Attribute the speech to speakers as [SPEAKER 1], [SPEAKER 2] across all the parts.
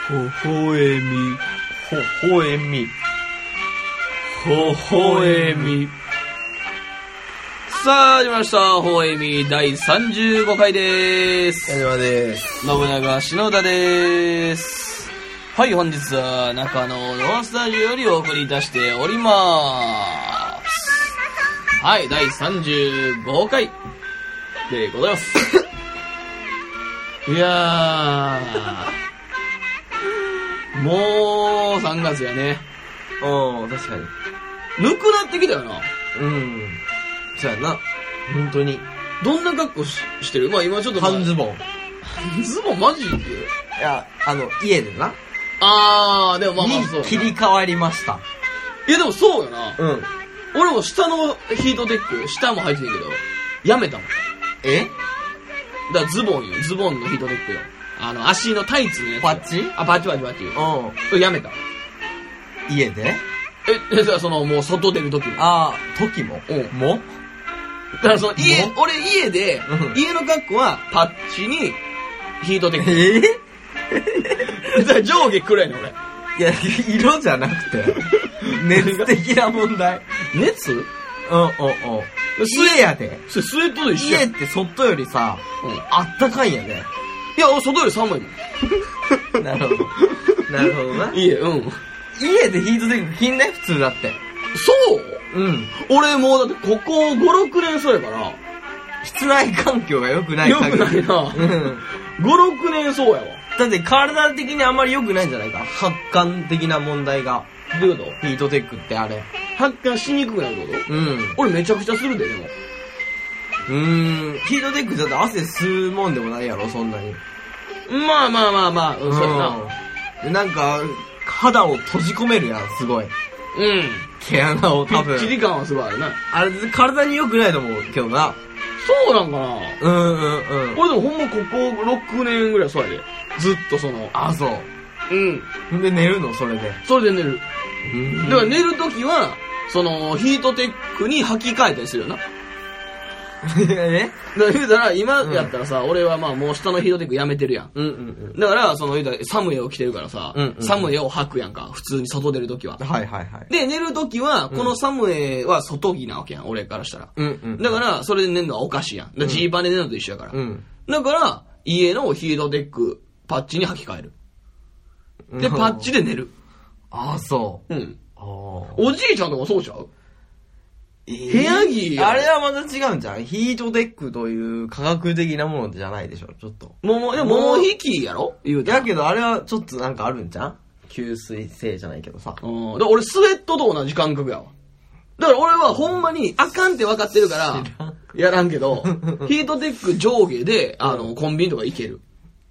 [SPEAKER 1] ほほえみ、ほほえみ、ほほえみ。さあ、始まりました。ほほえみ第35回でーす。
[SPEAKER 2] 矢島です。
[SPEAKER 1] 信長篠田でーす。はい、本日は中野のスタジオよりお送りいたしておりまーす。はい、第35回でございます。いやー、もう3月やね。
[SPEAKER 2] 確かに。
[SPEAKER 1] ぬくなってきたよな。
[SPEAKER 2] そうやな。本当に。
[SPEAKER 1] どんな格好してる？まあ今ちょっと、
[SPEAKER 2] 半ズボン。
[SPEAKER 1] 半ズボンマジで？い
[SPEAKER 2] や、家でな。
[SPEAKER 1] でもまあまあそう。
[SPEAKER 2] 切り替わりました。
[SPEAKER 1] いやでもそうよな。
[SPEAKER 2] 俺
[SPEAKER 1] も下のヒートテック、下も履いてるけど、やめたもん。だからズボンのヒートテックよ。足のタイツのやつ。
[SPEAKER 2] パッチ？
[SPEAKER 1] パッチ。やめた。
[SPEAKER 2] 家で？
[SPEAKER 1] もう外出る時も。
[SPEAKER 2] 時も？
[SPEAKER 1] も？だから俺家で、家の格好はパッチにヒートテック。だから上下黒いの俺。
[SPEAKER 2] いや、色じゃなくて、熱的な問題。
[SPEAKER 1] 熱？
[SPEAKER 2] 家やで。
[SPEAKER 1] スウェットと一緒や。
[SPEAKER 2] 家って外よりさ、あったかいんやで。
[SPEAKER 1] いや、外より寒いも
[SPEAKER 2] ん。なるほどな。
[SPEAKER 1] 家
[SPEAKER 2] でヒートテック着んない？普通だって。
[SPEAKER 1] そう？俺もうだってここ5、6年そうやから。
[SPEAKER 2] 室内環境が良くない
[SPEAKER 1] 限り。良くないな。5、6年そうやわ。
[SPEAKER 2] だって体的にあんまり良くないんじゃないか？発汗的な問題が。
[SPEAKER 1] どういうこと？
[SPEAKER 2] ヒートテックってあれ。
[SPEAKER 1] 発汗しにくくなるってこと？俺めちゃくちゃするで、でも。
[SPEAKER 2] ヒートテックだって汗吸うもんでもないやろ、そんなに。
[SPEAKER 1] まあ、そうや
[SPEAKER 2] な。なんか、肌を閉じ込めるやん、すごい。毛穴を多分。
[SPEAKER 1] ピッチリ感はすごいあるな。
[SPEAKER 2] あれ、体に良くないと思うけどな。
[SPEAKER 1] そうなんかな？俺でもほんまここ6年ぐらいそうやで。ずっとそう。
[SPEAKER 2] で、寝るの？それで。
[SPEAKER 1] それで寝る。だから寝るときは、ヒートテックに履き替えたりするよな。だから言うたら、今やったらさ、俺はまあもう下のヒートテックやめてるやん。だから、言うたら、サムエを着てるからさ、サムエを履くやんか。普通に外出るときは。で、寝るときは、このサムエは外着なわけやん、俺からしたら。だから、それで寝るのはおかしいやん。ジーパンで寝るのと一緒やから。だから、家のヒートテック、パッチに履き替える。で、パッチで寝る。
[SPEAKER 2] そう。
[SPEAKER 1] おじいちゃんとかそうちゃう？部屋着
[SPEAKER 2] あれはまた違うんじゃん。ヒートテックという科学的なものじゃないでしょ、ちょっと。桃
[SPEAKER 1] 引きやろ？言うて。
[SPEAKER 2] やけどあれはちょっとなんかあるんじゃん？吸水性じゃないけどさ。
[SPEAKER 1] 俺スウェットと同じ感覚やわ。だから俺はほんまにあかんって分かってるから、やらんけど、ヒートテック上下で、コンビニとか行ける。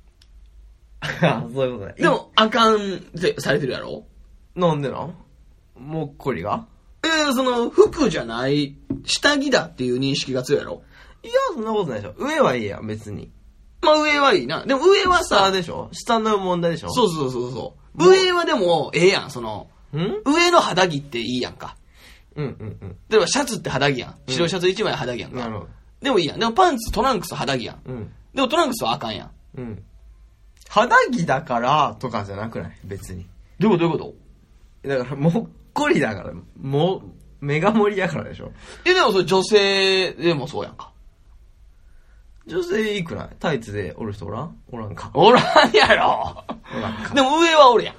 [SPEAKER 2] そういうことね。
[SPEAKER 1] でも、あかんってされてるやろ？
[SPEAKER 2] なんでなん？もっこりが？
[SPEAKER 1] 服じゃない、下着だっていう認識が強いやろ？
[SPEAKER 2] いや、そんなことないでしょ。上はいいやん、別に。
[SPEAKER 1] まあ上はいいな。でも上はさ、
[SPEAKER 2] 下でしょ？下の問題でしょ？
[SPEAKER 1] そう。上はでも、ええやん、上の肌着っていいやんか。例えばシャツって肌着やん。白いシャツ1枚肌着やんか。なるほど。でもいいやん。でもパンツ、トランクス肌着やん。でもトランクスはあかんやん。
[SPEAKER 2] 肌着だからとかじゃなくない？別に。
[SPEAKER 1] どういうこと？
[SPEAKER 2] だから、もっこりだから、メガ盛りだからでしょ。
[SPEAKER 1] でもそれ女性でもそうやんか。
[SPEAKER 2] 女性いいくない？タイツでおる人おらんか。
[SPEAKER 1] おらんやろ。でも上はおるやん。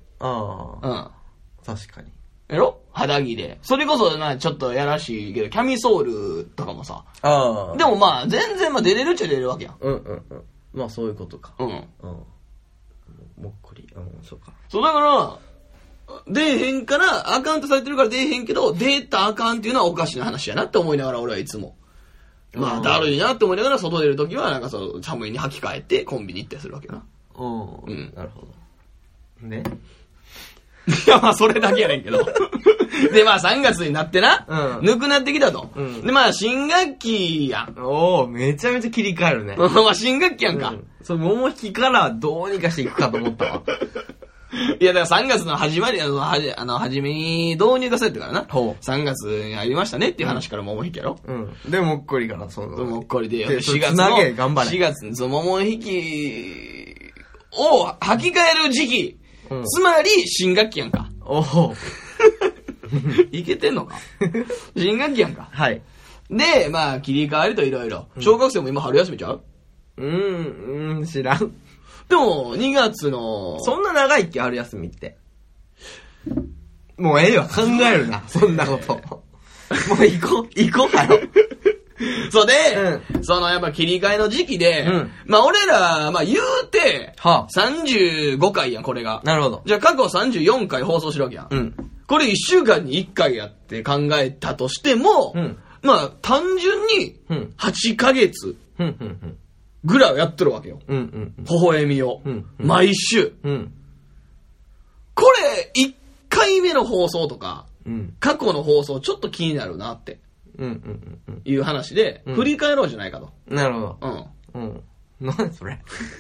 [SPEAKER 2] 確かに。
[SPEAKER 1] やろ？肌着で。それこそちょっとやらしいけど、キャミソールとかもさ。でもまあ、全然出れるっちゃ出れるわけやん。
[SPEAKER 2] まあそういうことか。もっこり。そうか。
[SPEAKER 1] そうだから、出えへんから、あかんとされてるから出えへんけど、出たあかんっていうのはおかしな話やなって思いながら俺はいつも。まあ、だるいなって思いながら外出るときは、寒いに履き替えてコンビニ行ったりするわけな。
[SPEAKER 2] なるほど。ね。
[SPEAKER 1] いや、まあそれだけやねんけど。で、まあ3月になってな、ぬくなってきたと。で、まあ新学期やん。
[SPEAKER 2] めちゃめちゃ切り替えるね。
[SPEAKER 1] まあ新学期やんか。
[SPEAKER 2] 桃引きからどうにかしていくかと思ったわ。
[SPEAKER 1] いや、だから3月の始まり、初めに導入がされてからな。3月に入りましたねっていう話から桃引きやろ。
[SPEAKER 2] で、もっこりから、
[SPEAKER 1] もっこりで、
[SPEAKER 2] 4月の、
[SPEAKER 1] 4月の桃引きを履き替える時期。つまり、新学期やんか。
[SPEAKER 2] おお。
[SPEAKER 1] いけてんのか新学期やんか。
[SPEAKER 2] はい。
[SPEAKER 1] で、まあ、切り替わりといろいろ。小学生も今春休みちゃう？
[SPEAKER 2] 知らん。
[SPEAKER 1] でも、2月の。
[SPEAKER 2] そんな長いっけ、春休みって。もうええわ、考えるな、そんなこと。もう行こうかよ。
[SPEAKER 1] そうで、やっぱ切り替えの時期で、まあ俺ら、まあ言うて、35回やん、これが。
[SPEAKER 2] なるほど。
[SPEAKER 1] じゃあ過去34回放送してるわけやん。これ1週間に1回やって考えたとしても、まあ単純に8ヶ月ぐらいはやってるわけよ。微笑みを。毎週。これ、1回目の放送とか、過去の放送ちょっと気になるなって。いう話で、振り返ろうじゃないかと。
[SPEAKER 2] なるほど。何それ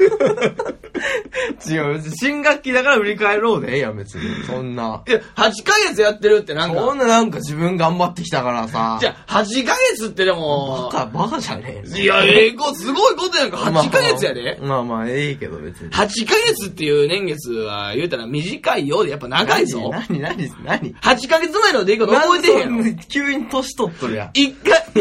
[SPEAKER 2] 違う、新学期だから振り返ろうでええやん、別に。そんな。
[SPEAKER 1] いや、8ヶ月やってるってなんか。
[SPEAKER 2] そんななんか自分頑張ってきたからさ。
[SPEAKER 1] じゃあ、8ヶ月ってでも。
[SPEAKER 2] バカじゃねえ。
[SPEAKER 1] いや、すごいことやんか。8ヶ月やで。
[SPEAKER 2] まあ、ええけど別に。
[SPEAKER 1] 8ヶ月っていう年月は言うたら短いようでやっぱ長いぞ。
[SPEAKER 2] 何
[SPEAKER 1] ?8 ヶ月前の出来事覚えてへんやろ。
[SPEAKER 2] 急に年取っとるやん。
[SPEAKER 1] 第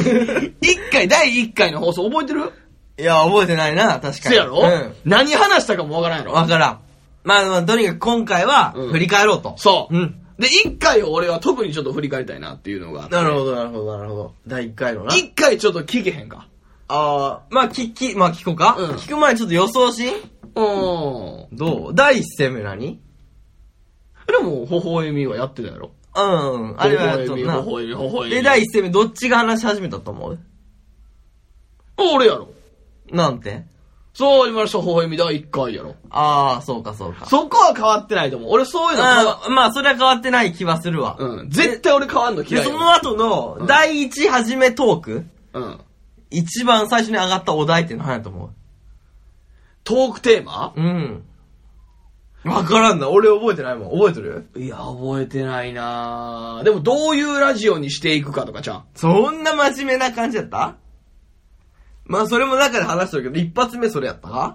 [SPEAKER 1] 1回の放送覚えてる？
[SPEAKER 2] いや、覚えてないな、確かに。
[SPEAKER 1] そうやろ？何話したかもわからんやろ？
[SPEAKER 2] わからん。まあ、とにかく今回は、振り返ろうと。
[SPEAKER 1] そう。で、1回を俺は特にちょっと振り返りたいなっていうのがあって。
[SPEAKER 2] なるほど。第1回のな。
[SPEAKER 1] 1回ちょっと聞けへんか。
[SPEAKER 2] まあ聞こうか。聞く前にちょっと予想し。どう？第1戦目何？
[SPEAKER 1] でも、微笑みはやってたやろ？
[SPEAKER 2] あれはやっとんな。
[SPEAKER 1] 微笑み。
[SPEAKER 2] で、第1戦目どっちが話し始めたと思う？
[SPEAKER 1] 俺やろ。
[SPEAKER 2] なんて？
[SPEAKER 1] そう言いました、微笑み第1回やろ。
[SPEAKER 2] そうか。そ
[SPEAKER 1] こは変わってないと思う。俺そういうの
[SPEAKER 2] まあ、それは変わってない気はするわ。
[SPEAKER 1] 絶対俺変わんの嫌い。
[SPEAKER 2] で、その後の、第1始めトーク。一番最初に上がったお題って何やと思う？
[SPEAKER 1] トークテーマ？
[SPEAKER 2] わからんな。俺覚えてないもん。覚えてる？
[SPEAKER 1] いや、覚えてないなぁ。でも、どういうラジオにしていくかとかじゃん。
[SPEAKER 2] そんな真面目な感じやった？まあ、それも中で話してるけど、一発目それやったか？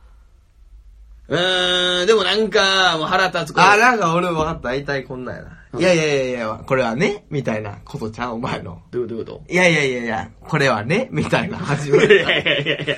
[SPEAKER 1] でもなんか、もう腹立つこと。
[SPEAKER 2] なんか俺も分かった。大体こんなんやな。いや、これはね、みたいなことちゃう、お前の。
[SPEAKER 1] どういうこと？
[SPEAKER 2] いや、これはね、みたいな始まり。
[SPEAKER 1] いや。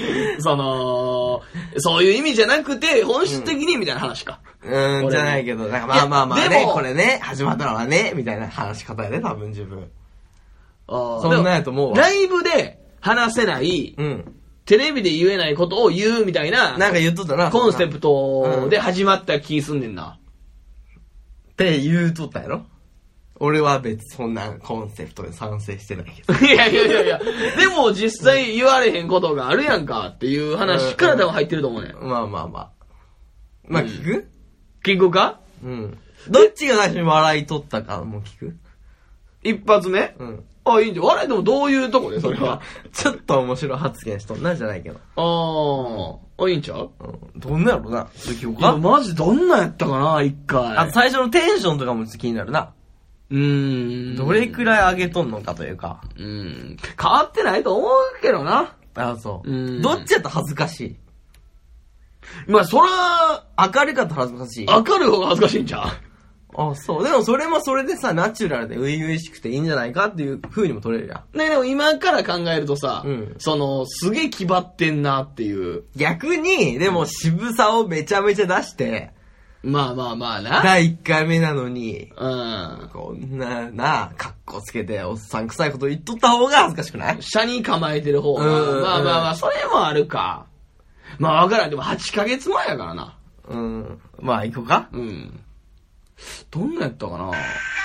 [SPEAKER 1] そういう意味じゃなくて、本質的にみたいな話か。
[SPEAKER 2] じゃないけど、なんかまあね、これね、始まったのはね、みたいな話し方やで、多分自分。そんなんやと思うわ。
[SPEAKER 1] ライブで話せない、テレビで言えないことを言うみたいな、
[SPEAKER 2] なんか言っとったな。
[SPEAKER 1] コンセプトで始まった気すんねんな。
[SPEAKER 2] って言うとったやろ？俺は別にそんなコンセプトで賛成してないけど。
[SPEAKER 1] いや。でも実際言われへんことがあるやんかっていう話から多分入ってると思うねん。
[SPEAKER 2] まあ。まあ聞く？
[SPEAKER 1] 聞くか？
[SPEAKER 2] どっちが最初に笑い取ったかも聞く？
[SPEAKER 1] 一発目？いいんじゃん。笑いでもどういうとこでそれは。
[SPEAKER 2] ちょっと面白い発言しとんなんじゃないけど。
[SPEAKER 1] いいんちゃう？
[SPEAKER 2] どんなやろな。聞こうか。
[SPEAKER 1] いや、マジどんなやったかな、一回。
[SPEAKER 2] あと最初のテンションとかも気になるな。どれくらい上げとんのかというか。
[SPEAKER 1] 変わってないと思うけどな。
[SPEAKER 2] そう。どっちやったら恥ずかしい？
[SPEAKER 1] まあ、そら、
[SPEAKER 2] 明るかったら恥ずかしい。
[SPEAKER 1] 明るい方が恥ずかしいんちゃう？
[SPEAKER 2] そう。でもそれもそれでさ、ナチュラルで初々しくていいんじゃないかっていう風にも取れるやん。
[SPEAKER 1] ね、でも今から考えるとさ、すげえ気張ってんなっていう。
[SPEAKER 2] 逆に、でも渋さをめちゃめちゃ出して、
[SPEAKER 1] まあな。
[SPEAKER 2] 第1回目なのに、
[SPEAKER 1] こ
[SPEAKER 2] んな、格好つけておっさん臭いこと言っとった方が恥ずかしくない？
[SPEAKER 1] 車に構えてる方が。まあ、それもあるか。まあわからん。でも8ヶ月前やからな。
[SPEAKER 2] まあ行こうか？
[SPEAKER 1] どんなやったかな。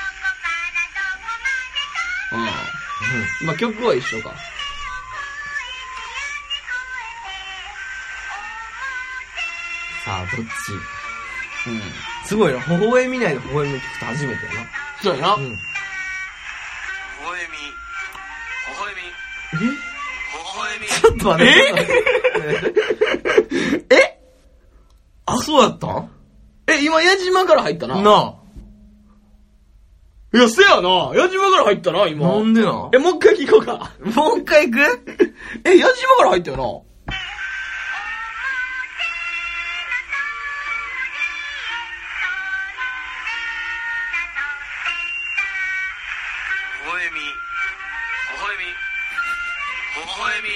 [SPEAKER 1] まあ曲は一緒か。
[SPEAKER 2] さあ、どっち？すごいな。微笑みないで微笑み聞くと初めてやな。
[SPEAKER 1] そうやな。
[SPEAKER 2] 微笑み。ちょっと待って。そうやったん？
[SPEAKER 1] 今、矢島から入ったな。
[SPEAKER 2] い
[SPEAKER 1] や、せやな。矢島から入ったな、今。
[SPEAKER 2] なんでな？
[SPEAKER 1] もう一回聞こうか。
[SPEAKER 2] もう一回行く？
[SPEAKER 1] 矢島から入ったよな。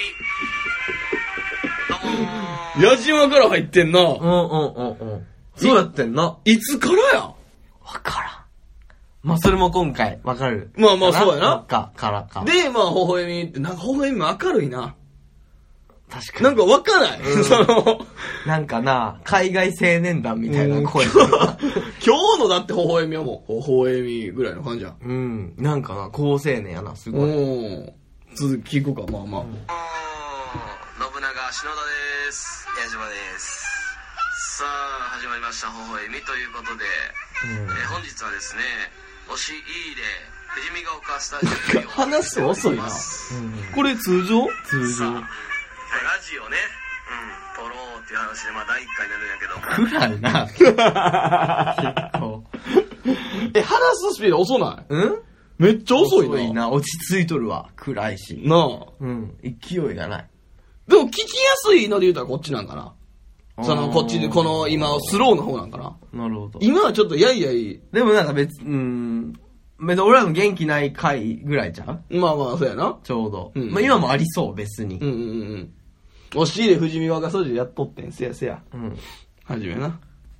[SPEAKER 3] どうも
[SPEAKER 1] 矢島から入ってんな。
[SPEAKER 2] そうやってんな。
[SPEAKER 1] いつからや。
[SPEAKER 2] わからん。まあ、それも今回、わかる。
[SPEAKER 1] まあまあ、そうやな。
[SPEAKER 2] からか。
[SPEAKER 1] で、まあ、微笑みって、なんか微笑み明るいな。
[SPEAKER 2] 確かに。
[SPEAKER 1] なんかわかない、
[SPEAKER 2] なんかな、海外青年団みたいな声。
[SPEAKER 1] 今日のだって微笑みはもう、微笑みぐらいの感じやん。
[SPEAKER 2] うん。なんかな、高青年やな、すごい。
[SPEAKER 1] 続き聞くか、まあまあ。
[SPEAKER 3] 信長篠田です。矢島です。さあ、始まりました、微笑みということで、本日はですね、押し入れ、富士見ヶ丘スタジオに
[SPEAKER 1] 話す遅いな。これ通常
[SPEAKER 3] ラジオね、撮ろうっていう話で、まあ第1回になるんやけど。
[SPEAKER 2] 暗いな。結構。
[SPEAKER 1] 話すスピード遅ない？めっちゃ遅いな。
[SPEAKER 2] 遅いな。落ち着いとるわ。暗いし。
[SPEAKER 1] なあ。
[SPEAKER 2] 勢いがない。
[SPEAKER 1] でも聞きやすいので言うたらこっちなんかな。こっちで、この今、スローの方なんかな。
[SPEAKER 2] なるほど。
[SPEAKER 1] 今はちょっとやいやい。
[SPEAKER 2] でもなんか別に俺らの元気ない回ぐらいちゃう？
[SPEAKER 1] まあまあ、そうやな。
[SPEAKER 2] ちょうど。まあ今もありそう、別に。
[SPEAKER 1] 押し入れ富士見ヶ丘スタジオやっとってん、せやせや。はじめな。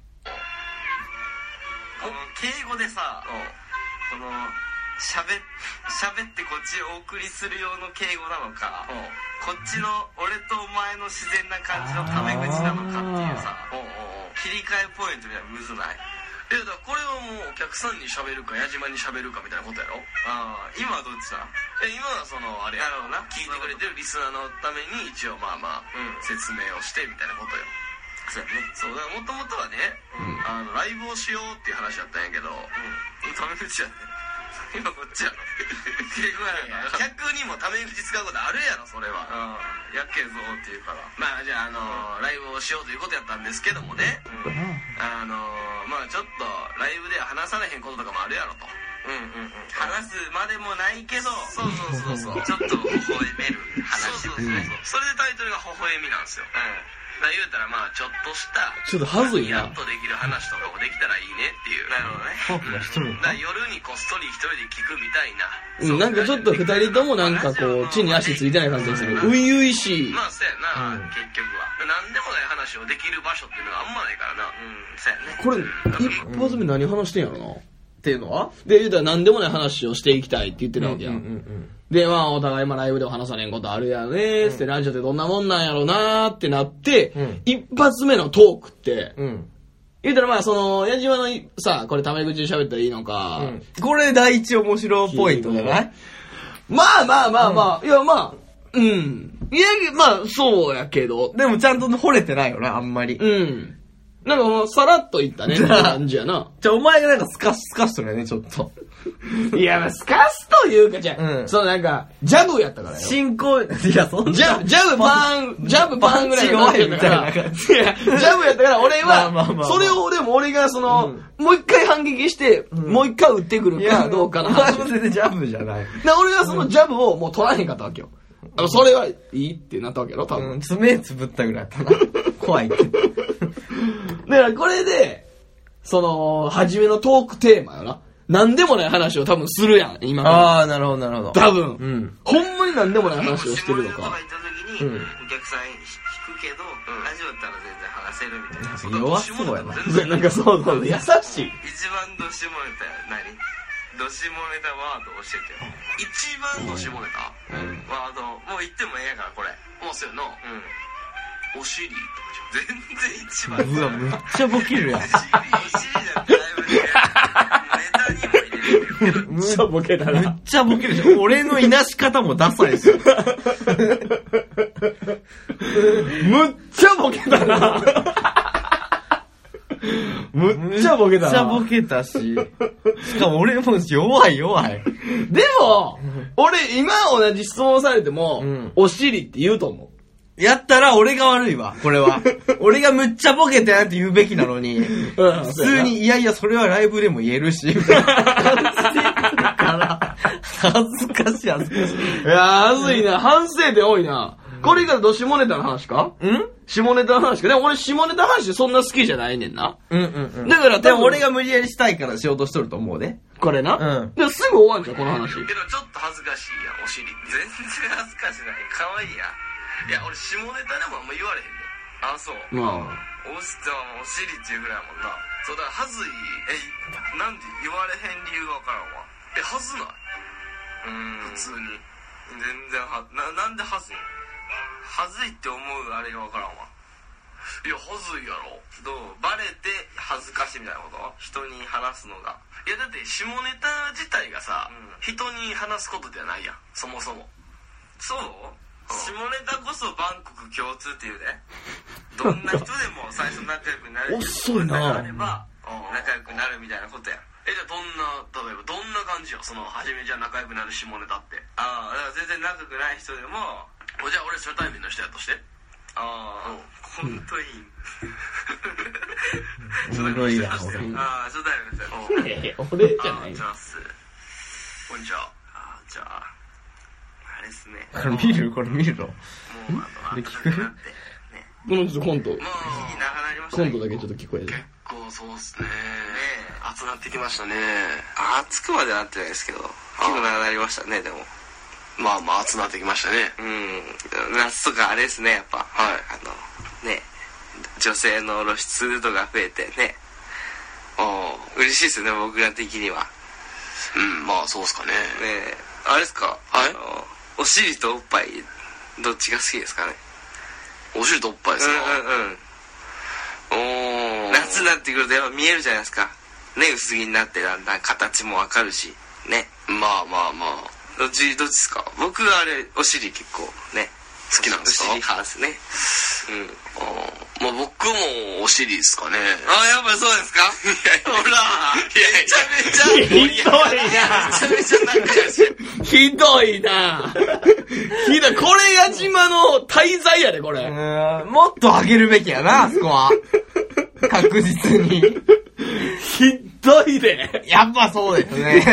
[SPEAKER 3] 敬語でさ、この、喋ってこっちをお送りする用の敬語なのか、こっちの俺とお前の自然な感じのタメ口なのかっていうさ、切り替えポイントみたいなむずない？だからこれはもうお客さんに喋るか矢島に喋るかみたいなことやろ？今はどっちだ？今はそのあれやろうな、聞いてくれてるリスナーのために一応まあまあ、説明をしてみたいなことよ。そうやね。そうだからもともとはね、ライブをしようっていう話だったんやけど、タメ口やね。今こっちやろ。敬語やな。逆にもタメ口使うことあるやろ、それは。やっけぞって言うから。まあじゃあライブをしようということやったんですけどもね。まあちょっとライブでは話されへんこととかもあるやろと。話すまでもないけど、そうちょっと微笑める話ですね。それでタイトルが微笑みなんですよ。言うたらまあちょっとした
[SPEAKER 1] ちょっとはずいな。
[SPEAKER 3] やっとできる話とかもできたらいいねっていう。なるほどね。だから夜にこっそり一人で聞くみたいな。
[SPEAKER 1] なんかちょっと二人ともなんかこう地に足ついてない感じでする。初々しい。
[SPEAKER 3] まあそうやな、結局は。なんでもない話をできる場所っていうのがあんまないからな。そうやね。
[SPEAKER 1] これ一発目何話してんやろな。
[SPEAKER 2] っていうのは
[SPEAKER 1] で、言うたら何でもない話をしていきたいって言ってるわけやん。で、まあ、お互いライブでは話さねんことあるやねーって、ラジオってどんなもんなんやろなーってなって、一発目のトークって、言うたらまあ、矢島のさ、これタメ口で喋ったらいいのか。
[SPEAKER 2] これ第一面白ポイントじゃない？
[SPEAKER 1] まあ、いやまあ、いや、まあ、そうやけど。
[SPEAKER 2] でもちゃんと惚れてないよな、あんまり。
[SPEAKER 1] なんかもう、さらっといったね、って感じやな。
[SPEAKER 2] お前がなんかスカしとるよね、ちょっと。
[SPEAKER 1] いや、スカスというか、なんか、ジャブやったからよ。
[SPEAKER 2] 進行、いや、そんな。
[SPEAKER 1] ジャブパンぐらいの感じやったから。いや、ジャブやったから、俺は、それを俺がもう一回反撃して、もう一回打ってくるかどうかの話。
[SPEAKER 2] 全然ジャブじゃない。
[SPEAKER 1] 俺はそのジャブをもう取らへんかったわけよ。それはいいってなったわけやろ、多分。
[SPEAKER 2] 目つぶったぐらいやったな。怖いって。
[SPEAKER 1] だからこれで、初めのトークテーマよな。なんでもない話を多分するやん、今から。
[SPEAKER 2] ああ、なるほど、なるほど。
[SPEAKER 1] 多分。ほんまになんでもない話をしてるのか。
[SPEAKER 3] 下ネタとか行った時に、お客さん引くけど、ラジオだったら全然話せるみたいな。
[SPEAKER 2] 弱そうやな。
[SPEAKER 1] なんかそう、優しい。
[SPEAKER 3] 一番ど下ネタ何？ど下ネタワード教えてよ。一番ど下ネタワード、もう言ってもええやから、これ。もうすよの。お尻とかじゃん。全然一番。
[SPEAKER 2] うわ、めっちゃボケるやん。
[SPEAKER 3] お尻じゃだいぶね、ネタにも入れれるよ。
[SPEAKER 1] めっちゃボケたな。
[SPEAKER 2] めっちゃボケるじゃん。俺のいなし方もダサいですよ。
[SPEAKER 1] むっちゃボケたな。むっちゃボケたな。
[SPEAKER 2] めっちゃボケたし。しかも俺も弱い。で
[SPEAKER 1] も、俺今同じ質問されても、お尻って言うと思う。
[SPEAKER 2] やったら俺が悪いわ、これは。俺がむっちゃボケたやんって言うべきなのに、普通に、いやいや、それはライブでも言えるし、みたいな。恥ずかしい。い
[SPEAKER 1] や、恥ずいな。反省点多いな。これが下ネタの話か？下ネタの話か。でも俺下ネタの話そんな好きじゃないねんな。だから
[SPEAKER 2] でも俺が無理やりしたいからしようとしとると思うで。
[SPEAKER 1] これな。でもすぐ終わんじゃん、この話。
[SPEAKER 3] けどちょっと恥ずかしいやん、お尻。全然恥ずかしない。可愛いやん。 いや、俺下ネタでもあんま言われへんねん。あ、そう。
[SPEAKER 1] まあ。
[SPEAKER 3] お尻っていうぐらいやもんな。そう、だからはずい。なんで言われへん理由がわからんわ。はずない？普通に。全然なんではずいん？はずいって思うあれがわからんわ。いや、はずいやろ。どう？バレて恥ずかしいみたいなこと？人に話すのが。いや、だって下ネタ自体がさ、人に話すことではないやん。そもそも。そう？下ネタこそ万国共通っていうね。どんな人でも最初仲良くなれる。
[SPEAKER 1] 遅いな。
[SPEAKER 3] あれば仲良くなるみたいなことやん。じゃあ例えばどんな感じよ、その初めじゃ仲良くなる下ネタって。だから全然仲良くない人でも、じゃあ俺初対面の人やとして。ほんといい。
[SPEAKER 2] おもろいやん、
[SPEAKER 3] 俺。初対面の人。
[SPEAKER 1] 俺じゃない。
[SPEAKER 3] こんにちは。じゃあ、あれっすね。
[SPEAKER 2] これ見るのこれ聞く？
[SPEAKER 1] このちょっとコント。
[SPEAKER 3] コ
[SPEAKER 1] ントだけちょっと聞こえる。
[SPEAKER 3] 結構そうっすね。熱なってきましたね。熱くまでなってないですけど、結構長なりましたね、でも。まあ熱なってきましたね。夏とかあれですね、やっぱ。はい。女性の露出度が増えてね。嬉しいですよね、僕ら的には。まあそうっすかね。あれですか？はい。お尻とおっぱい、どっちが好きですかね？お尻とおっぱいですか？夏になってくるとやっぱ見えるじゃないですか。ね、薄着になってだんだん形もわかるし。ね。まあ。どっちですか？僕はあれ、お尻結構ね。好きなんですか？お尻派ですね。まあ僕もお尻ですかね。やっぱりそうですか？ほら、めちゃめちゃ盛り上がる。めちゃめちゃ仲良し。
[SPEAKER 1] ひどいな。これ矢島の滞在やで、これ。
[SPEAKER 2] もっと上げるべきやな、あそこは。確実に。
[SPEAKER 1] ひどいで。
[SPEAKER 2] やっぱそうですね。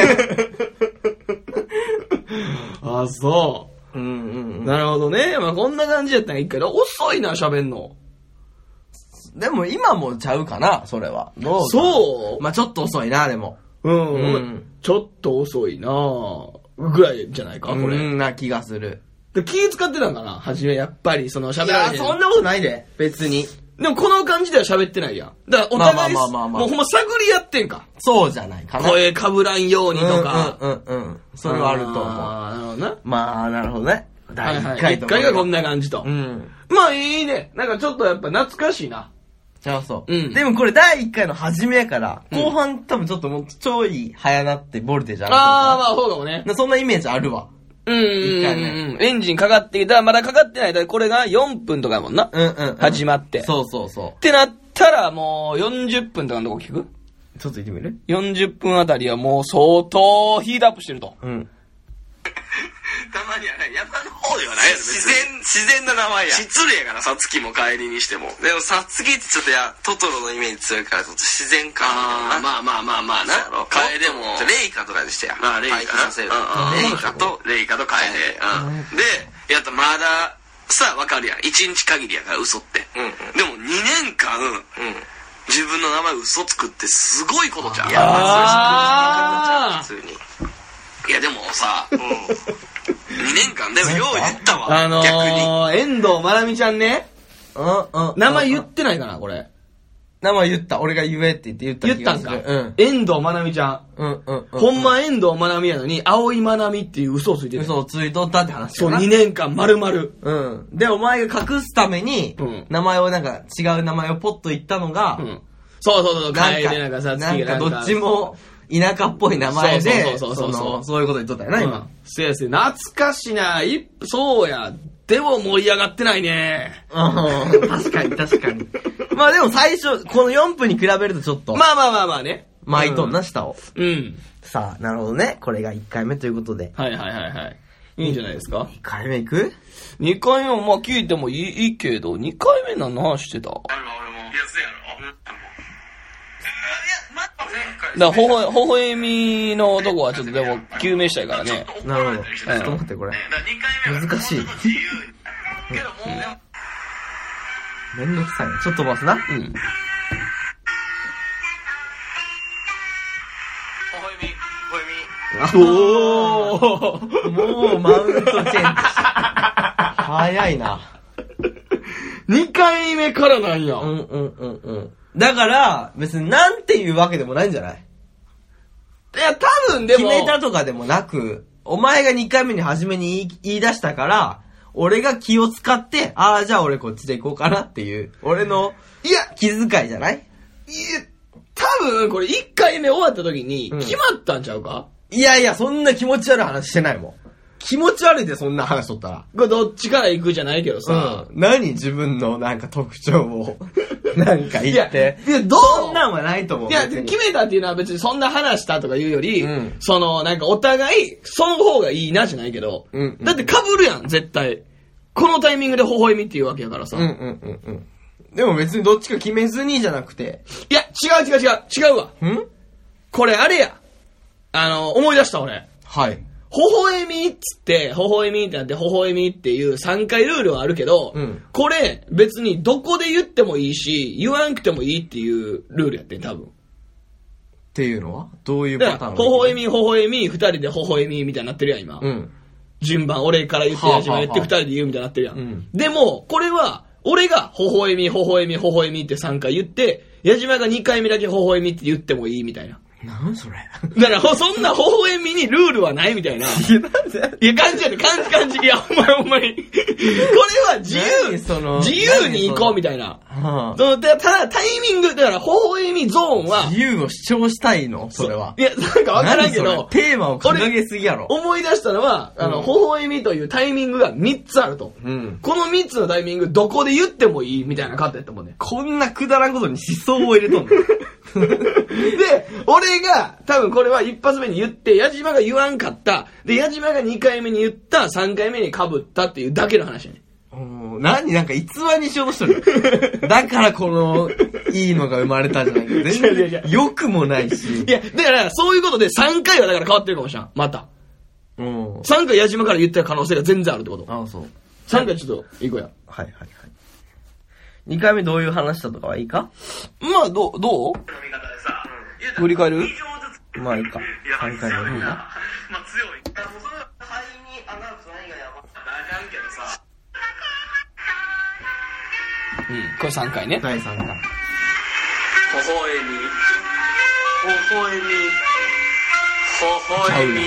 [SPEAKER 1] あ、そう。なるほどね。まあこんな感じやったんやけど、遅いな、喋んの。
[SPEAKER 2] でも今もちゃうかな、それは。
[SPEAKER 1] そう？
[SPEAKER 2] まあちょっと遅いな、でも。
[SPEAKER 1] ちょっと遅いなぐらいじゃないか、これ。
[SPEAKER 2] な気がする。
[SPEAKER 1] 気使ってたんかな、初めやっぱり、その喋られへん。
[SPEAKER 2] いや、そんなことないで、別に。
[SPEAKER 1] でもこの感じでは喋ってないやん。だからお互い、もうほんま探りやってんか。
[SPEAKER 2] そうじゃないかな。
[SPEAKER 1] 声被らんようにとか。
[SPEAKER 2] それはあると思う。
[SPEAKER 1] なるほどな。
[SPEAKER 2] まあ、なるほどね。
[SPEAKER 1] 第1回と。1回がこんな感じと。まあいいね。なんかちょっとやっぱ懐かしいな。
[SPEAKER 2] そう。でもこれ第1回の初めやから、後半多分ちょっともうちょい早なってボルテージ上がる。
[SPEAKER 1] まあそうかもね。
[SPEAKER 2] そんなイメージあるわ。
[SPEAKER 1] エンジンかかってきたら、まだかかってない。だからこれが4分とかやもんな。始まって。
[SPEAKER 2] そう。
[SPEAKER 1] ってなったらもう40分とかのとこ聞く？
[SPEAKER 2] ちょっと言ってみる？
[SPEAKER 1] 40 分あたりはもう相当ヒートアップしてると。
[SPEAKER 3] たまにはね、山の方ではないやろ、自然な名前や。失礼やから、さつきも帰りにしても。でもさつきってちょっとトトロのイメージ強いから、ちょっと自然感な。まあな。カエデも。レイカとかでしたよ。レイカさせる。レイカとカエデ。で、やったまだ、さ、わかるやん。1日限りやから、嘘って。でも2年間、自分の名前嘘つくってすごいことじゃん。いや、普通に。いやでもさ、2年間でもよう言ったわ。逆に。
[SPEAKER 1] 遠藤まなみちゃんね。名前言ってないかな、これ。
[SPEAKER 2] 名前言った。俺が言えって言った
[SPEAKER 1] 気がする。言ったんか。遠藤まなみちゃん。ほんま遠藤まなみやのに、葵まなみっていう嘘をついてる。
[SPEAKER 2] 嘘をついとったって話。
[SPEAKER 1] そう、2年間丸
[SPEAKER 2] 々。で、お前が隠すために、名前をなんか違う名前をポッと言ったのが、
[SPEAKER 1] そう、カエデなんかさ、
[SPEAKER 2] なんかどっちも、田舎っぽい名前で、そういうこと言っとったよな、今。
[SPEAKER 1] せや懐かしな、そうや。でも盛り上がってないね。
[SPEAKER 2] 確かに。まあでも最初、この4分に比べるとちょっと。
[SPEAKER 1] まあね。
[SPEAKER 2] 巻いとんな、下を。さあ、なるほどね。これが1回目ということで。
[SPEAKER 1] はい。いいんじゃないですか。
[SPEAKER 2] 2回目いく？
[SPEAKER 1] 2回目もまあ聞いてもいいけど、2回目何の話してた？
[SPEAKER 3] 俺も。いや、そうやろ。
[SPEAKER 1] だから、微笑みのとこはちょっとでも、究明したいからね。
[SPEAKER 2] なるほど。ちょっと待って、これ。難しい。めんどくさい。ちょっと待つな。
[SPEAKER 1] おー
[SPEAKER 2] もうマウントチェンジ。 早いな。
[SPEAKER 1] 2回目からなんや。
[SPEAKER 2] だから、別になんていうわけでもないんじゃない？
[SPEAKER 1] いや、多分でも。
[SPEAKER 2] 決めたとかでもなく、お前が2回目に初めに言い出したから、俺が気を使って、じゃあ俺こっちで行こうかなっていう、俺の、気遣いじゃない？
[SPEAKER 1] 多分、これ1回目終わった時に、決まったんちゃうか？
[SPEAKER 2] いや、そんな気持ち悪い話してないもん。気持ち悪いでそんな話しとったら。
[SPEAKER 1] これどっちから行くじゃないけどさ。
[SPEAKER 2] 何自分のなんか特徴を、なんか言って。
[SPEAKER 1] いや、
[SPEAKER 2] そんなんはないと思う。
[SPEAKER 1] いや、決めたっていうのは別にそんな話したとか言うより、なんかお互い、その方がいいなじゃないけど、だって被るやん、絶対。このタイミングで微笑みっていうわけやからさ。
[SPEAKER 2] でも別にどっちか決めずにじゃなくて。
[SPEAKER 1] いや、違うわ。これあれや。思い出した俺。
[SPEAKER 2] はい。
[SPEAKER 1] 微笑みっつって、微笑みってなって、微笑みっていう3回ルールはあるけど、これ別にどこで言ってもいいし、言わんくてもいいっていうルールやってん、多分。
[SPEAKER 2] っていうのはどういうパターン？
[SPEAKER 1] 微笑み、2人で微笑みみたいになってるやん、今。順番、俺から言って、矢島言って2人で言うみたいになってるやん。でも、これは、俺が微笑みって3回言って、矢島が2回目だけ微笑みって言ってもいいみたいな。
[SPEAKER 2] なんそれ？
[SPEAKER 1] だから、そんな微笑みにルールはないみたいな。いや、感じやで、感じ。いや、ほんまに。これは自由に行こうみたいな。ただ、タイミング、だから、微笑みゾーンは。
[SPEAKER 2] 自由を主張したいのそれは。
[SPEAKER 1] いや、なんかわからんけど。
[SPEAKER 2] テーマを掲げすぎやろ。
[SPEAKER 1] 思い出したのは、微笑みというタイミングが3つあると。この3つのタイミング、どこで言ってもいいみたいなカットやったもんね。
[SPEAKER 2] こんなくだらんことに思想を入れとんの。
[SPEAKER 1] で、俺が、多分これは一発目に言って、矢島が言わんかった。で、矢島が2回目に言った、3回目に被ったっていうだけの話やね。
[SPEAKER 2] なんか逸話にしようとしてる。だからこの、いいのが生まれたんじゃないか。全然、良くもないし。
[SPEAKER 1] いや、だからそういうことで3回はだから変わってるかもしれん。また。3回矢島から言った可能性が全然あるってこと。
[SPEAKER 2] そう。
[SPEAKER 1] 3回ちょっと、行こうや。
[SPEAKER 2] はい。2回目どういう話したとかはいいか？
[SPEAKER 1] まあ、どう振り返る？
[SPEAKER 2] まあいいか。3回目。
[SPEAKER 3] まあ強い。その肺に穴打つ何がやばい。あかんけどさ。
[SPEAKER 1] これ3回ね。
[SPEAKER 2] 第3回。
[SPEAKER 3] 微笑み。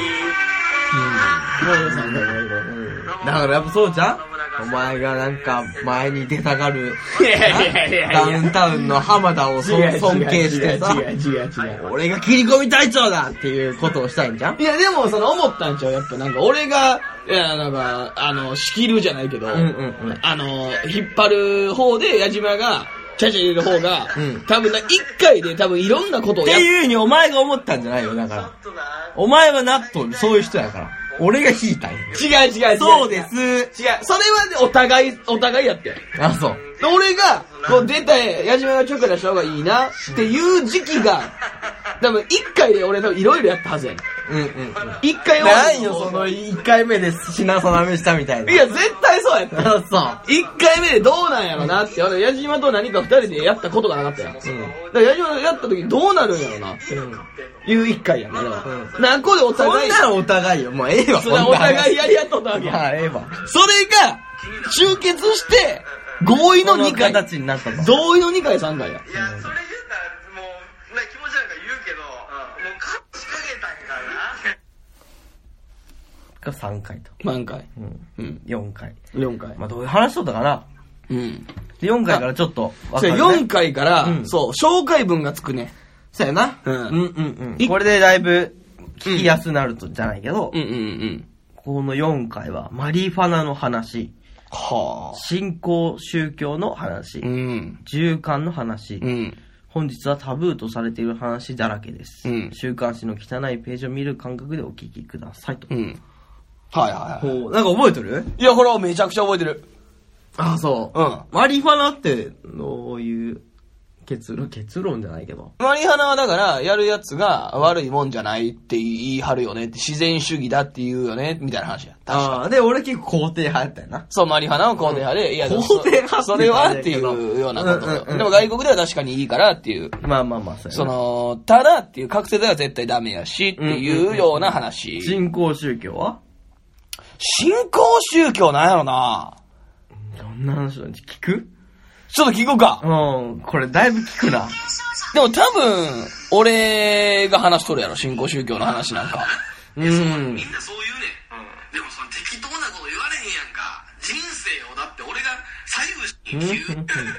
[SPEAKER 2] だからやっぱそうじゃん？お前がなんか前に出たがるダウンタウンの浜田を尊敬してさ、俺が切り込み隊長だっていうことをしたいんじゃん？
[SPEAKER 1] いやでも思ったんちゃう？やっぱなんか俺が、なんか仕切るじゃないけど、引っ張る方で矢島がちゃちゃ入れる方が、多分1回で多分いろんなことを
[SPEAKER 2] っていう風にお前が思ったんじゃないよ。だからお前はなっとる、そういう人やから。俺が引いたんや。
[SPEAKER 1] 違う。
[SPEAKER 2] そうです。
[SPEAKER 1] 違う。それはね、お互いやって。
[SPEAKER 2] そう。
[SPEAKER 1] で俺が、こう出た矢島がちょっか出した方がいいなっていう時期が、多分1回で俺多分いろいろやったはずやねん。1回
[SPEAKER 2] 何よ、その1回目で品定めしたみたいな。
[SPEAKER 1] いや、絶対そうやった。
[SPEAKER 2] そう。
[SPEAKER 1] 1回目でどうなんやろなって、俺、矢島と何か2人でやったことがなかったやん。だから矢島がやった時どうなるんやろなっていう1回やん。何個でお互い。
[SPEAKER 2] そんなのお互いよ。もうええわ。
[SPEAKER 1] それはお互いやり合っとったわけや。
[SPEAKER 2] ええわ。
[SPEAKER 1] それが、集結して、合意の2回。
[SPEAKER 2] 形になったと。
[SPEAKER 1] 同意の2回3回や。
[SPEAKER 3] いや、それ言うたら、もう、気持ち悪いから言うけど、もう、仕掛けたんやからな。
[SPEAKER 2] が3回と。
[SPEAKER 1] 何回
[SPEAKER 2] 4回。
[SPEAKER 1] 4回。
[SPEAKER 2] まあ、どういう話しとったかな？で、4回からちょっと
[SPEAKER 1] 分かる、ね。4回から、そう、紹介文がつくね。
[SPEAKER 2] そうやな。これでだいぶ聞きやすなるとじゃないけど、この4回はマリファナの話、新興宗教の話、循環の話、本日はタブーとされている話だらけです。週刊誌の汚いページを見る感覚でお聞きくださいと。
[SPEAKER 1] はい。
[SPEAKER 2] なんか覚えてる？
[SPEAKER 1] いや、これはめちゃくちゃ覚えてる。
[SPEAKER 2] そう。マリファナってどういう結論じゃないけど。
[SPEAKER 1] マリファナはだから、やるやつが悪いもんじゃないって言い張るよねって、自然主義だって言うよね、みたいな話や。
[SPEAKER 2] 確かで、俺結構肯定派やったよな。
[SPEAKER 1] そう、マリファナは肯定派で、いや、
[SPEAKER 2] 肯定派
[SPEAKER 1] それはっていうようなことよ。でも外国では確かにいいからっていう。
[SPEAKER 2] まあ、
[SPEAKER 1] ただっていう覚醒では絶対ダメやしっていうような話。
[SPEAKER 2] 新興宗教は？
[SPEAKER 1] 新興宗教なんやろな。
[SPEAKER 2] 女の人に聞く？
[SPEAKER 1] ちょっと聞こうか。
[SPEAKER 2] これだいぶ聞くな。
[SPEAKER 1] でも多分、俺が話しとるやろ、新興宗教の話なんか。
[SPEAKER 3] みんなそう言うね。でもその適当なこと言われへんやんか。人生をだって俺が左右し全然理解で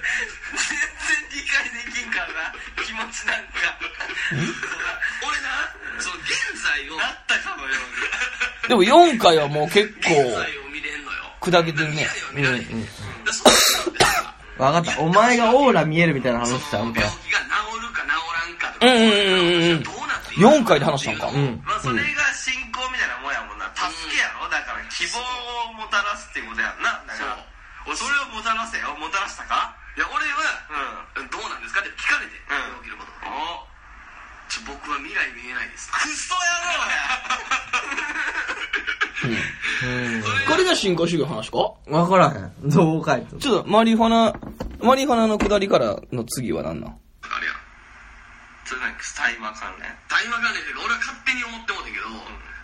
[SPEAKER 3] きんからな、気持ちなんか。俺な、その現在をなったかのように。
[SPEAKER 1] でも4回はもう結構、
[SPEAKER 3] 現在を見れんのよ。
[SPEAKER 1] 砕けてるね。
[SPEAKER 2] わかった。お前がオーラ見えるみたいな話したんか。
[SPEAKER 3] 病気が治るか治らんかとか。どうなって
[SPEAKER 1] 4回で話したんか。
[SPEAKER 3] まあそれが信仰みたいなもんやもんな。助けやろ。だから希望をもたらすっていうことやんな。だからそれをもたらせよ。もたらしたか？いや俺はどうなんですかって聞かれて起きること。僕は未来見えないです。クソ野郎や。
[SPEAKER 1] これが新興宗教の話か？
[SPEAKER 2] わからへん。どう書いてる？
[SPEAKER 1] ちょっとマリファナの下りからの次は何なん？
[SPEAKER 3] あれや。それなんか大麻関連。大麻関連で俺は勝手に思ってもんだけど、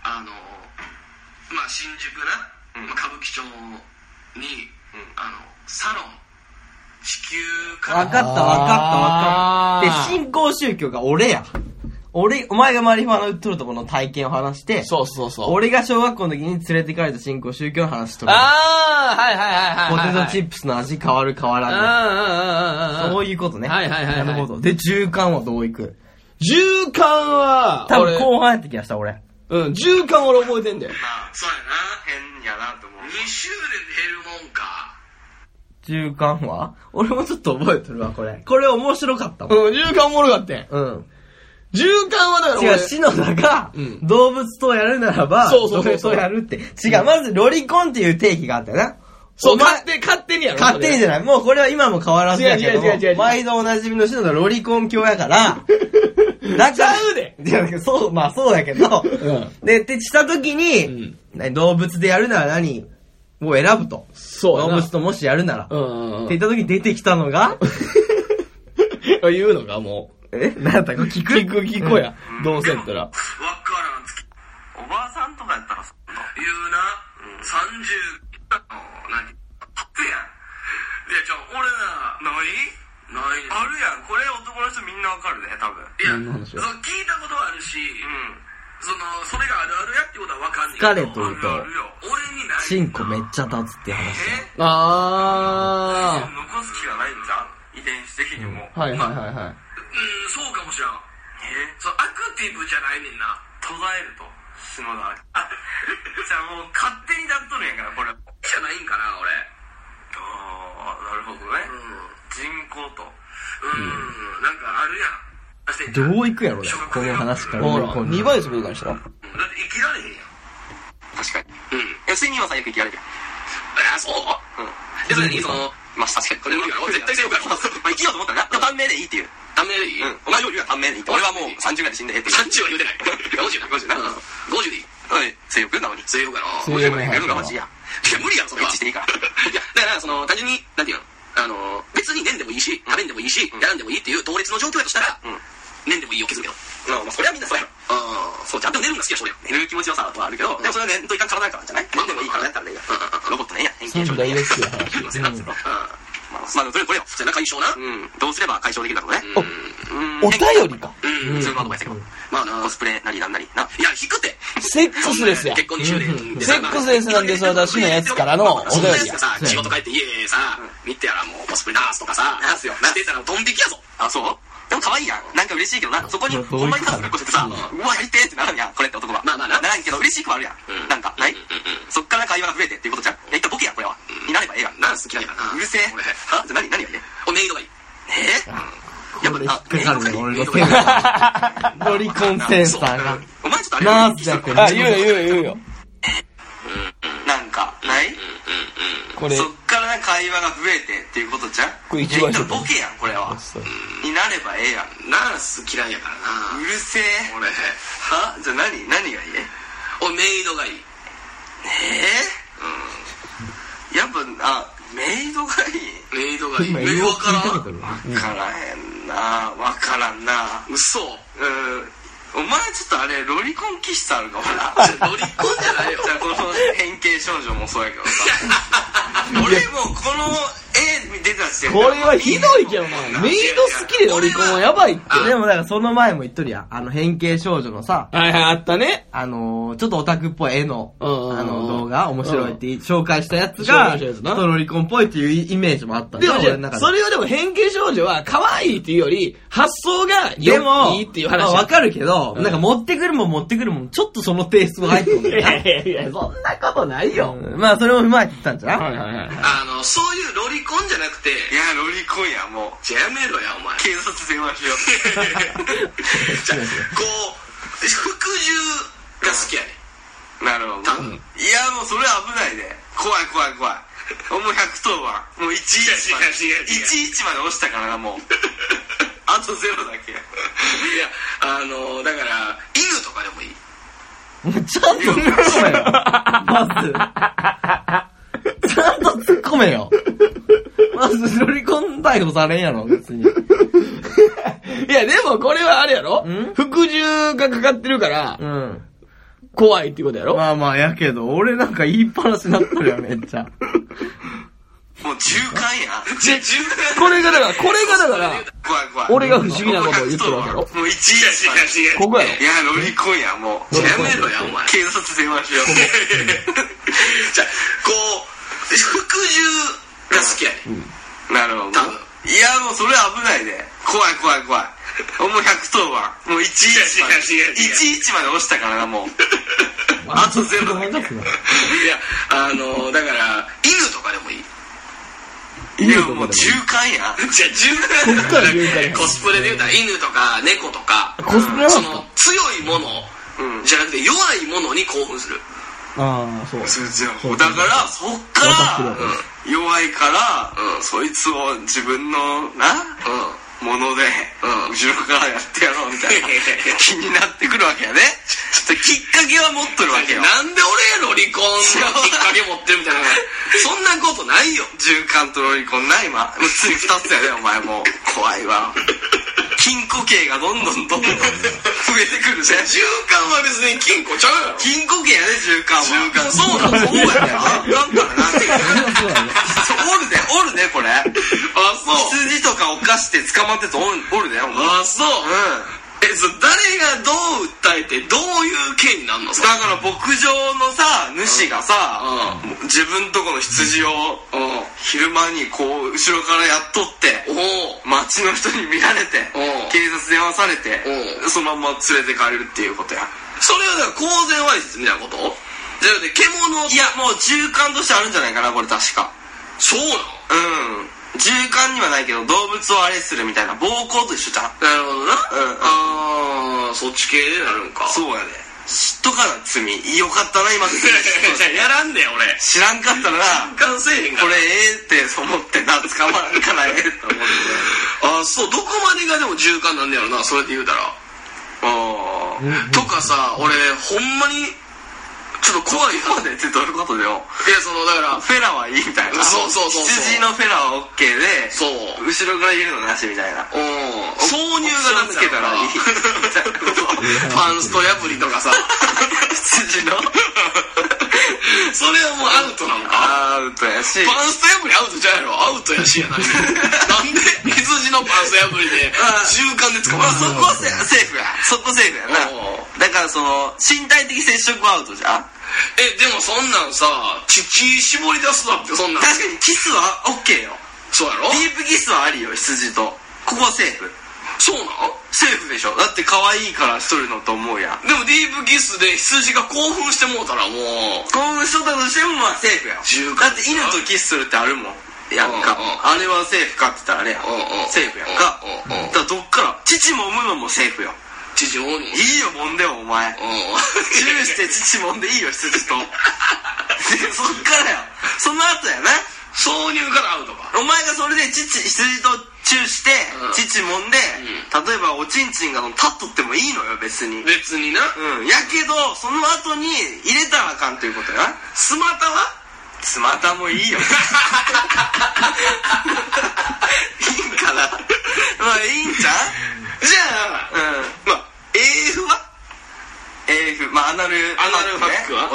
[SPEAKER 3] まあ新宿な、歌舞伎町にサロン地球
[SPEAKER 2] わかった。で、新興宗教が俺や。お前がマリファナ売っとるとこの体験を話して、
[SPEAKER 1] そう。
[SPEAKER 2] 俺が小学校の時に連れてかれた新興宗教の話とか。
[SPEAKER 1] はい。
[SPEAKER 2] ポテトチップスの味変わる変わらん。そういうことね。
[SPEAKER 1] はい。
[SPEAKER 2] なるほど。で、中間はどういく？
[SPEAKER 1] 中間は、
[SPEAKER 2] 多分後半やってきました、俺。
[SPEAKER 1] 中間俺覚えてんだよ。
[SPEAKER 3] そうやな。変やなと思う。2週で減るもんか。
[SPEAKER 2] 中間は俺もちょっと覚えてるわ、これ。これ面白かったもん。
[SPEAKER 1] 中間おもろかったん。中間はだから
[SPEAKER 2] 違う、篠田が、動物とやるならば、
[SPEAKER 1] そう
[SPEAKER 2] 動物とやるって。違う、まずロリコンっていう定義があったよな。
[SPEAKER 1] そう、勝手にやろ。
[SPEAKER 2] 勝手にじゃない。もうこれは今も変わらずやけど、
[SPEAKER 1] 違う。
[SPEAKER 2] 毎度おなじみの篠田ロリコン教やから、だから、そう、まあそうやけど、で、したときに、動物でやるなら何を選ぶと。
[SPEAKER 1] そう。
[SPEAKER 2] 動物ともしやるなら。って言ったときに出てきたのが、
[SPEAKER 1] 言うのがもう。
[SPEAKER 2] なんだか聞
[SPEAKER 1] こや。どうせやったら。
[SPEAKER 3] わからん。おばあさんとかやったらさ、言うな、30、何タップやん。いや、俺ないあるやん。これ男の人みんなわかるね、多分。いや、聞いたことはあるし、それがあるあるやってことはわかんないけど。
[SPEAKER 2] 疲れとると、
[SPEAKER 3] 俺にない。
[SPEAKER 2] チンコめっちゃ立つって話。
[SPEAKER 3] 残す気がないんじゃん。遺伝子的にも。
[SPEAKER 1] はい。
[SPEAKER 3] そうかもしらん。アクティブじゃないねんな。途絶えると。篠田。じゃあもう勝手になっとるんやから、これ。じゃないんかな、俺。なるほどね。人口と。なんかあるやん。
[SPEAKER 2] どういくやろね、この話から。
[SPEAKER 1] 2倍速度にしたら。
[SPEAKER 3] だって生きられへんやん。確かに。睡眠は最悪生きられるやん。そう。それにまあ確かに。これ無理やろ。絶対せよから。生きようと思ったらな。短命でいいっていう。短命でいい？お前よりは短命でいいって。俺はもう30ぐらいで死んでへって。30は言うてない。50な。50でいい。性欲なのに。性欲やろ。50ぐらいやるのがマジや。いや、無理やろ、それは。していいから。いや、だから、単純に、なんていうの別に寝んでもいいし、食べんでもいいし、やらんでもいいっていう同列の状況やとしたら、寝んでもいいよ、削るけど。まあ、それはみんなそうやろ。そうじゃん。でも寝るのが好きやし、俺。寝る気持ちよさはあるけど、でもそれは寝んといかん体やからじゃない？寝んでもいいからやったらね。ロボットねえや。変形症で。まあ、それこれよ。普通な解消な。どうすれば解消できるんだろうね。
[SPEAKER 1] お便りか。
[SPEAKER 3] 普通のアドバイスやけど。まあ、コスプレなりなんなりな。いや、引くって。
[SPEAKER 1] セックスレスや。
[SPEAKER 3] 結婚2周年。
[SPEAKER 1] セックスレスなんです、私のやつからのお便りや。
[SPEAKER 3] 仕事帰って家さ、見てやらもうコスプレダースとかさ、してたらドン引きやぞ。あ、そう？でも可愛いやん。なんか嬉しいけどな。そこに、ほんまにカス格好してさ、うわ、やりてーってなるんやん。これって男は。まあならんけど嬉しくはあるやん。なんか、ないそっから会話が増えてっていうことじゃん。いや、一回ボケやん、これは。になればええやん。なんす嫌いやな。うるせえ。は？じゃあ何がいいね。メイドがいい。やっぱ、メイドがいい。俺のセン
[SPEAKER 2] サー。ロリコンセンサーが。
[SPEAKER 3] お前ちょっとあれ
[SPEAKER 2] ナースじゃなくて。
[SPEAKER 1] 言うよ。
[SPEAKER 3] なんか、ない
[SPEAKER 1] これ。
[SPEAKER 3] そっから会話が増えてっていうことじゃん。
[SPEAKER 1] これ一番
[SPEAKER 3] ボケやん、これは。になればええやん。ナース嫌いやからな。うるせえ。俺。は？じゃあ何がいい？俺メイドがいい。やっぱ、メイドがいい。メイドがいい。わからんな。わからんな。嘘。 お前ちょっとあれロリコン気質あるかもな。
[SPEAKER 1] ロリコンじゃないよ。
[SPEAKER 3] じゃあこの変形少女もそうやけどさ。俺もこの絵出た時点で
[SPEAKER 1] これはひどいけどな。メイド好きでロリコンはやばいって。
[SPEAKER 2] でもだからその前も言っとるやん。変形少女のさ。
[SPEAKER 1] はいはい、あったね。
[SPEAKER 2] ちょっとオタクっぽい絵の、動画、面白いって紹介したやつが、ロリコンっぽいっていうイメージもあったんだよ。
[SPEAKER 1] でもそれはでも変形少女は可愛いっていうより、発想がいいっていう話。
[SPEAKER 2] わかるけど、なんか持ってくるもん、ちょっとそのテイストが入ってるんだよ。
[SPEAKER 1] いや、そんなことないよ。
[SPEAKER 2] まあそれを踏まえて言ったんじゃん。
[SPEAKER 1] はいはいはい。
[SPEAKER 3] そういうロリコンじゃなくて、いや、ロリコンや、もう。じゃあやめろや、お前。警察電話しよう。じゃあ、こう、服従が好きやね。なるほど。いや、もうそれ危ないで。怖い。もう110番。もう11まで。11まで押したからな、もう。あと0だけ。いや、だから、犬とかでもいい。
[SPEAKER 2] ちゃんと突っ込めよ。まず。ちゃんと突っ込めよ。まず、ロリコン逮捕されんやろ、別に。
[SPEAKER 1] いや、でもこれはあれやろ？服従がかかってるから、怖いってことやろ？
[SPEAKER 2] まあまあ、やけど、俺なんか言いっぱなしになってるよ、めっちゃ。
[SPEAKER 3] もう循環や。
[SPEAKER 1] これがだから、
[SPEAKER 3] 怖い。
[SPEAKER 1] 俺が不思議なことを言ってるわけやろ？
[SPEAKER 3] もう1
[SPEAKER 1] ここやろ？
[SPEAKER 3] いや、ロリコンや、もう。やめろや、お前。警察電話しよう。じゃあ、こう、服従が好きやね。なるほど。いや、もうそれ危ないで。怖い。もう110番。もう11まで押したからな、もう。あと0だけ。いや、だから、犬とかでもいい。いや、もう循環や。じゃあ循環。コスプレで言うたら犬とか猫とか、その強いものじゃなくて弱いものに興奮する。
[SPEAKER 2] ああ、そう。
[SPEAKER 3] だからそっから弱いからそいつを自分のもので後ろからやってやろうみたいな気になってくるわけやね。きっかけは持っとるわけよ。なんで俺ロリコンのきっかけ持ってるみたいな。そんなことないよ。循環とロリコンない今。つい2つやで、お前もう。怖いわ。金庫系がどんどん増えてくるじゃん。循環は別に金庫ちゃうやろ。金庫系やで、循環は。そうなんそうやね。あかんからな。おるで、これ。あ、そう。羊とか犯して捕まってておるで、お前。あ、そう。誰がどう訴えてどういう刑になるの？だから牧場のさ主がさ、自分とこの羊を昼間にこう後ろからやっとって町の人に見られて警察電話されてそのまま連れて帰れるっていうことや。それはだから公然わいせつみたいなこと？じゃあ獣、いやもう循環としてあるんじゃないかな、これ確か。そうなの？循環にはないけど動物をあれするみたいな暴行と一緒じゃん。なるほどな。そっち系でなるんか。そうやで。知っとかな罪。よかったな今。やらんで俺。知らんかったらな。循環せえへんから。これって思ってな、捕まらんからって思って。そう、どこまでがでも循環なんだやろな、それで言うたら。とかさ、俺ほんまにちょっと怖いまでってどういうことだよ。いや、だからフェラはいいみたいな。そう羊のフェラは OK で、後ろからいるのなしみたいな。挿入がつけたらいい。パンスト破りとかさ、羊のそれはもうアウトなのか。アウトやし、パンスト破りアウトじゃないの？アウトやしやない。なんで羊のパンスト破りで習慣で捕まるの？そこはセーフや。そこセーフやな。だから身体的接触はアウトじゃん。でもそんなんさ、血絞り出すだってそんなん。確かにキスは OK よ。そうやろ？ディープキスはありよ、羊と。ここはセーフ。そうなの？セーフでしょ。だって可愛いからしとるのと思うやん。でもディープキスで羊が興奮してもうたらもう。興奮しとったとしてもまあセーフや。だって犬とキスするってあるもん。やんか。あれはセーフかって言ったらあれやん。セーフやんか。だからどっから乳もむのもセーフよ。いいよ、もんでよ、お前。チューして乳もんでいいよ、羊と。そっからよ。その後やな。挿入からアウトか。お前がそれで羊とチューして、乳もんで、例えばおちんちんが立っとってもいいのよ、別に。別にな。やけど、その後に入れたらあかんということやな。スマタは？スマタもいいよ。いいんかな。まあいいんちゃう？じゃあ、まあ、AF は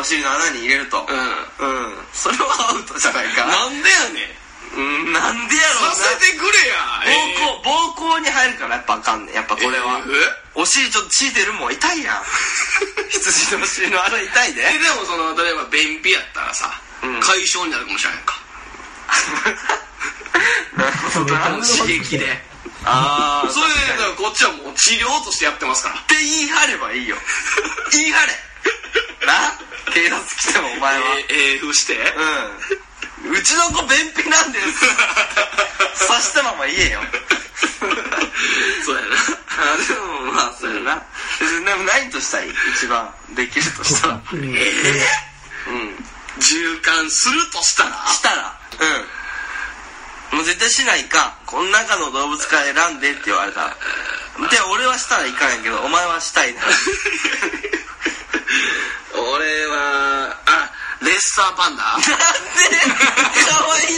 [SPEAKER 3] 尻の穴に入れると。それはアウトじゃないか。
[SPEAKER 1] なんでやね
[SPEAKER 3] ん。なんでやろうな。
[SPEAKER 1] させてくれや。
[SPEAKER 3] 膀胱に入るからやっぱあかんねん。やっぱこれは。お尻ちょっと血出るもん痛いやん。羊のお尻の穴痛いで。
[SPEAKER 1] でも例えば便秘やったらさ、解消になるかもしれないか。
[SPEAKER 3] なるほどな。
[SPEAKER 1] 刺激で。ああ。それで、だからこっちはもう治療としてやってますから。
[SPEAKER 3] って言い張ればいいよ。言い張れ。な？警察来てもお前は。
[SPEAKER 1] 風して。
[SPEAKER 3] うちの子便秘なんです。刺したまま言えよ。
[SPEAKER 1] そうやな。
[SPEAKER 3] でもまあそうやな。でも何としたい？一番できるとしたら。
[SPEAKER 1] 循環するとしたら
[SPEAKER 3] もう絶対しないか、この中の動物から選んでって言われたら。で、俺はしたらいかんやけど、お前はしたいな。
[SPEAKER 1] 俺は、レッサーパンダ。なんで
[SPEAKER 3] 可愛い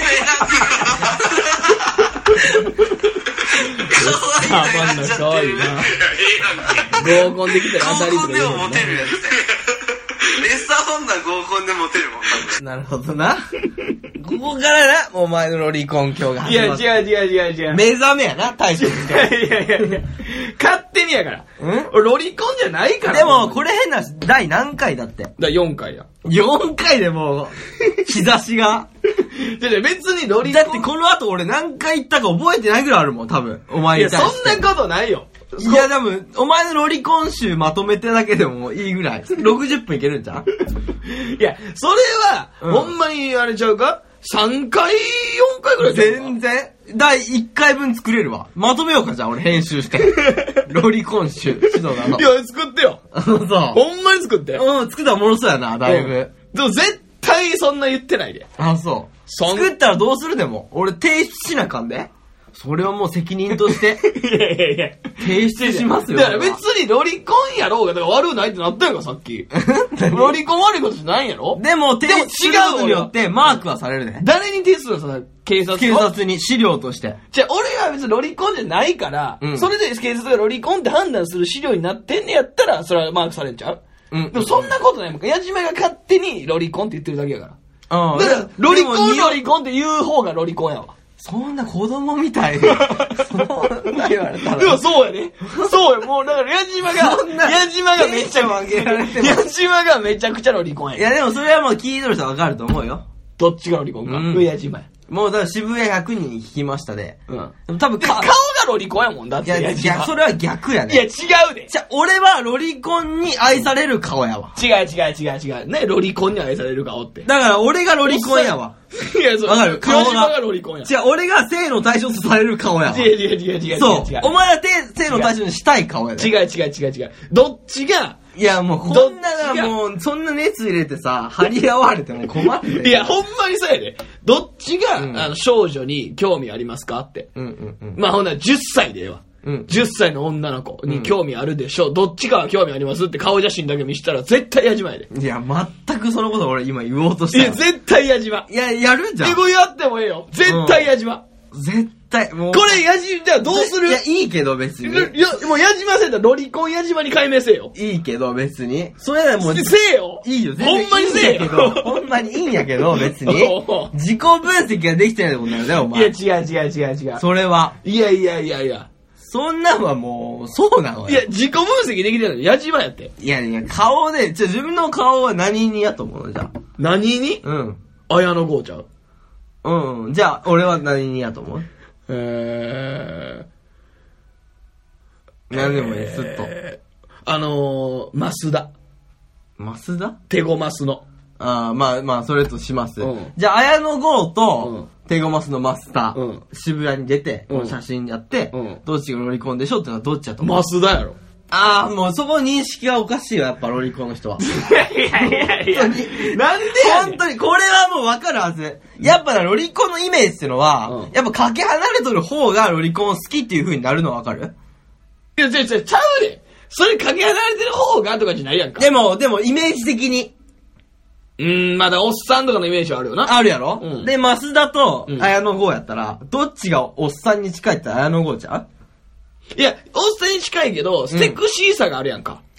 [SPEAKER 3] の選んでる。可愛いの選んじゃってる。
[SPEAKER 1] 合コンできたら当たりとか言う
[SPEAKER 3] 合コンでもモテるやつ。レッサーパンダ合コンでモテるもん。
[SPEAKER 2] なるほどな。ここからな、お前のロリコン今日が始まった。
[SPEAKER 1] いや違う。
[SPEAKER 2] 目覚めやな、大将としては。
[SPEAKER 1] いや。勝手にやから。ロリコンじゃないから。
[SPEAKER 2] でも、これ変な、第何回だって。
[SPEAKER 1] 4回や。
[SPEAKER 2] 4回でもう、兆しが。
[SPEAKER 1] 別にロリコン。
[SPEAKER 2] だってこの後俺何回言ったか覚えてないぐらいあるもん、多分。お前に対して。
[SPEAKER 1] いや、そんなことないよ。
[SPEAKER 2] いや、多分、お前のロリコン集まとめてだけでもいいぐらい。60分いけるんじゃん？
[SPEAKER 1] いや、それは、ほんまにあれちゃうか？ 3 回、4回ぐらい
[SPEAKER 2] 全然。第1回分作れるわ。まとめようか、じゃあ俺編集して。ロリコン集、指導なの。
[SPEAKER 1] いや、作ってよ。
[SPEAKER 2] そう。
[SPEAKER 1] ほんまに作って。
[SPEAKER 2] 作ったらおもろそうやな、だいぶ。
[SPEAKER 1] でも絶対そんな言ってないで。
[SPEAKER 2] そう。作ったらどうするでも。俺提出しなあかんで。それはもう責任として。
[SPEAKER 1] いや。
[SPEAKER 2] 提出しますよ。
[SPEAKER 1] だから別にロリコンやろうが、だから悪ないってなったやんか、さっき。ロリコン悪いことじゃないんやろ？
[SPEAKER 2] でも、提出することによってマークはされるね。
[SPEAKER 1] 誰に提出するの？警察
[SPEAKER 2] に資料として。
[SPEAKER 1] じゃあ、俺は別にロリコンじゃないから、それで警察がロリコンって判断する資料になってんねやったら、それはマークされんちゃう？でもそんなことないもん。矢島が勝手にロリコンって言ってるだけやから。だから、ロリコンって言う方がロリコンやわ。
[SPEAKER 2] そんな子供みたいに。そんな言われたら。
[SPEAKER 1] でもそうやね。そうや。もうだから矢島がめちゃくちゃロリコンや。
[SPEAKER 2] いやでもそれはもう聞いてる人はわかると思うよ。
[SPEAKER 1] どっちがロリコンか。矢島や。
[SPEAKER 2] もうだから渋谷100人に聞きましたで。
[SPEAKER 1] 多分顔がロリコンやもんだって。
[SPEAKER 2] いや、それは逆やね。
[SPEAKER 1] いや、違うで。
[SPEAKER 2] じゃあ、俺はロリコンに愛される顔やわ。
[SPEAKER 1] 違う。ね、ロリコンに愛される顔って。
[SPEAKER 2] だから俺がロリコンやわ。
[SPEAKER 1] いや、そう。
[SPEAKER 2] わかる？顔
[SPEAKER 1] がロリコンや。
[SPEAKER 2] 違う、俺が性の対象とされる顔やわ。
[SPEAKER 1] 違う。
[SPEAKER 2] そう。お前は性の対象にしたい顔やで。
[SPEAKER 1] 違う。どっちが、
[SPEAKER 2] いや、もうこんなもう、そんな熱入れてさ、張り合われても困って。
[SPEAKER 1] いや、ほんまにそうやで。どっちが、少女に興味ありますかって。まあほんなら10歳でええわ。10歳の女の子に興味あるでしょ。どっちかは興味ありますって顔写真だけ見したら絶対矢島やで。
[SPEAKER 2] いや、全くそのこと俺今言おうとした。
[SPEAKER 1] いや、絶対矢島。
[SPEAKER 2] いや、やるじゃん。
[SPEAKER 1] 英語やってもええよ。絶対矢島。
[SPEAKER 2] 絶対、もう。
[SPEAKER 1] これ矢島、じゃあどうする？
[SPEAKER 2] いや、いいけど別に。
[SPEAKER 1] いや、もう矢島せんだロリコン矢島に改名せよ。
[SPEAKER 2] いいけど別に。それはもう。
[SPEAKER 1] せえよ。
[SPEAKER 2] いいよ、
[SPEAKER 1] ほんまにせえよ。
[SPEAKER 2] ほんまにいいんやけど、別に。自己分析ができてないってことだよね、お前。
[SPEAKER 1] いや、違う。
[SPEAKER 2] それは。
[SPEAKER 1] いや。
[SPEAKER 2] そんなんはもう、そうなのよ。
[SPEAKER 1] いや、自己分析できてないの矢島やって。
[SPEAKER 2] いや、顔で、自分の顔は何にやと思うのじゃあ。
[SPEAKER 1] 何に？綾野剛ちゃう。
[SPEAKER 2] じゃあ、俺は何にやと思う？何でもいい、すっと。
[SPEAKER 1] 増田。
[SPEAKER 2] 増田？
[SPEAKER 1] 手ごますの。
[SPEAKER 2] まあ、それとします。じゃあ、綾野剛と、手ごますのマスター、渋谷に出て、写真やって、どっちがロリコンでしょってのはどっちやと思う？
[SPEAKER 1] 増田やろ。
[SPEAKER 2] もうそこ認識がおかしいよ、やっぱロリコンの人は。
[SPEAKER 1] いや。なんでや
[SPEAKER 2] 本当に、これはもうわかるはず。やっぱロリコンのイメージっていうのは、やっぱかけ離れとる方がロリコン好きっていう風になるのわかる？
[SPEAKER 1] いや、ちゃうで。それかけ離れてる方がとかじゃないやんか。
[SPEAKER 2] でも、イメージ的に。
[SPEAKER 1] まだおっさんとかのイメージはあるよな。
[SPEAKER 2] あるやろ？で、増田と綾野剛やったら、どっちがおっさんに近いって綾野剛ちゃう？
[SPEAKER 1] いや、おっさんに近いけど、セクシーさがあるやんか。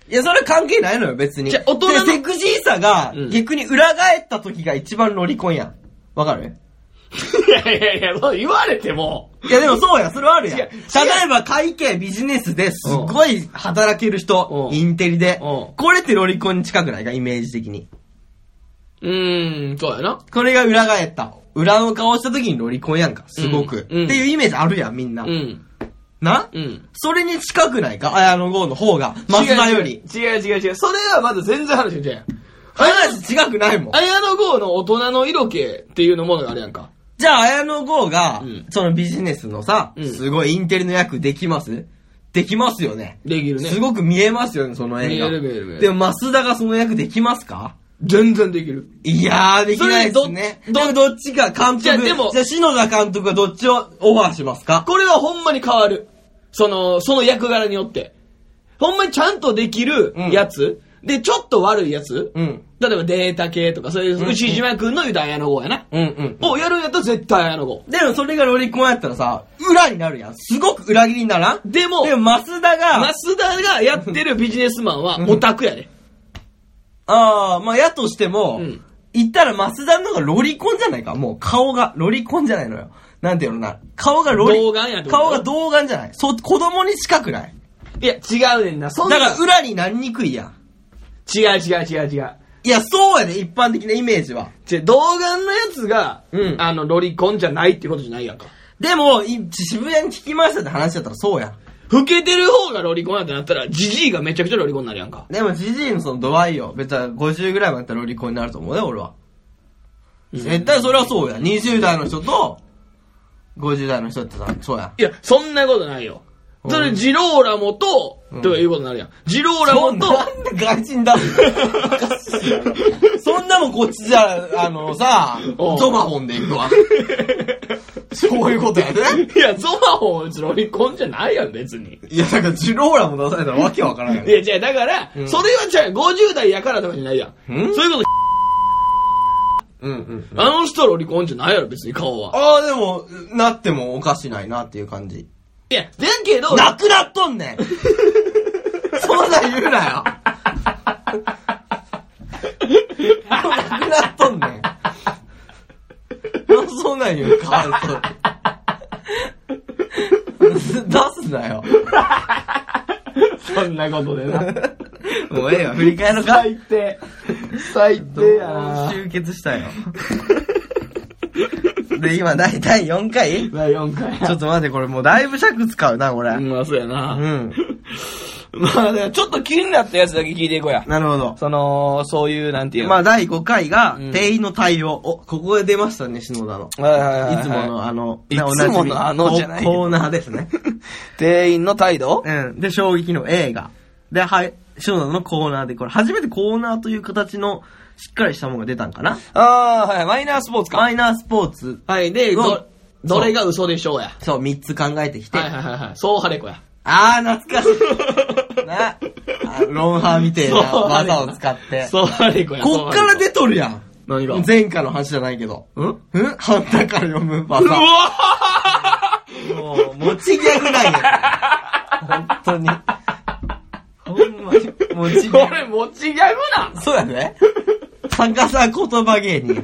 [SPEAKER 2] いや、それは関係ないのよ、別に。
[SPEAKER 1] じゃ大人の
[SPEAKER 2] セクシーさが、逆に裏返った時が一番ロリコンやん。わかる？
[SPEAKER 1] いや、そう言われても。
[SPEAKER 2] いや、でもそうや、それはあるやん。例えば、会計ビジネスですっごい働ける人、インテリで。これってロリコンに近くないか、イメージ的に。
[SPEAKER 1] そうやな。
[SPEAKER 2] これが裏返った。裏の顔した時にロリコンやんか、すごく。っていうイメージあるやん、みんな。な？それに近くないか、綾野剛の方が、増田より。
[SPEAKER 1] 違う。それはまだ全然話違うやん。
[SPEAKER 2] 話違くないもん。
[SPEAKER 1] 綾野剛の大人の色気っていうのものがあるやんか。
[SPEAKER 2] じゃあ、綾野剛が、そのビジネスのさ、すごいインテリの役できます？できますよね。
[SPEAKER 1] できるね。
[SPEAKER 2] すごく見えますよね、その映画。
[SPEAKER 1] 見える。
[SPEAKER 2] でも、増田がその役できますか？
[SPEAKER 1] 全然できる。
[SPEAKER 2] いやー、できないですね。でも、どっちか監督。じゃあ、篠田監督はどっちをオファーしますか？
[SPEAKER 1] これはほんまに変わる。その役柄によって。ほんまにちゃんとできるやつ。で、ちょっと悪いやつ。例えばデータ系とか、そういう牛島くんの言うたら綾野剛やな。をやるんやったら絶対綾野剛。
[SPEAKER 2] でもそれがロリコンやったらさ、裏になるやん。すごく裏切りにならん？でも、増田が
[SPEAKER 1] やってるビジネスマンはオタクやで。
[SPEAKER 2] まあ、やとしても、言ったら増田の方がロリコンじゃないか。もう顔が、ロリコンじゃないのよ。なんていうのな。顔が
[SPEAKER 1] 童顔やと。
[SPEAKER 2] 顔が童顔じゃない。子供に近くない？
[SPEAKER 1] いや、違うねんな。
[SPEAKER 2] だから裏になりにくいやん。
[SPEAKER 1] 違う。いや、
[SPEAKER 2] そうやで、一般的なイメージは。
[SPEAKER 1] 童顔のやつが、ロリコンじゃないってことじゃないやんか。
[SPEAKER 2] でも、渋谷に聞きましたって話だったらそうやん。
[SPEAKER 1] 老けてる方がロリコンやってなったら、ジジイがめちゃくちゃロリコンになるやんか。
[SPEAKER 2] でも、ジジイのその度合いよ。別に50ぐらいまでやったらロリコンになると思うよ、俺は。絶対それはそうや。20代の人と、50代の人ってさ、そうや。
[SPEAKER 1] いや、そんなことないよ。それ、ジローラモと、とかいうことになるやん。ジローラモと、
[SPEAKER 2] なんで外人だそんなもんこっちじゃ、ゾマホンで行くわ。そういうことやで。
[SPEAKER 1] いや、ゾマホンロリコンじゃないやん、別に。
[SPEAKER 2] いや、だからジローラモ出されたらわけわからんやん。
[SPEAKER 1] いや、だから、それはじゃあ50代やからとかじゃないやん。そういうこと、あの人ロリコンじゃないやろ、別に顔は。
[SPEAKER 2] でも、なってもおかしないなっていう感じ。
[SPEAKER 1] いや、だけど、
[SPEAKER 2] なくなっとんねんそんなん言うなよなくなっとんねんそんなん言うかわいそう出すなよ
[SPEAKER 1] そんなことでな。
[SPEAKER 2] もうええわ、振り返ろうか。
[SPEAKER 1] 最低やな。
[SPEAKER 2] 集結したよ。で、今、第4回？
[SPEAKER 1] 第4回。
[SPEAKER 2] ちょっと待って、これもうだいぶ尺使うな、これ。
[SPEAKER 1] まあ、そうやな。まあ、だからちょっと気になったやつだけ聞いていこうや。
[SPEAKER 2] なるほど。
[SPEAKER 1] そういう、なんていうの。
[SPEAKER 2] まあ、第5回が、店員の対応。ここで出ましたね、篠田の。いつもの
[SPEAKER 1] いつものじゃない。
[SPEAKER 2] コーナーですね。
[SPEAKER 1] 店員の態度？
[SPEAKER 2] で、衝撃の映画。で、篠田のコーナーで、これ初めてコーナーという形の、しっかりしたものが出たんかな？
[SPEAKER 1] マイナースポーツか。
[SPEAKER 2] マイナースポーツ。
[SPEAKER 1] はい、で、どれが嘘でしょうや。
[SPEAKER 2] そう、3つ考えてきて。
[SPEAKER 1] そうハレコや。
[SPEAKER 2] 懐かしい。な。ロンハーみたいな技を使って。
[SPEAKER 1] そうハレコや。
[SPEAKER 2] こっから出とるやん。
[SPEAKER 1] 何が？
[SPEAKER 2] 前回の話じゃないけど。反対から読む技。もう、持ちギャグなんや。本当に。ほんまに、持ちギャグ。
[SPEAKER 1] これ持ちギャグなん？
[SPEAKER 2] そうやね。逆さ言葉芸人。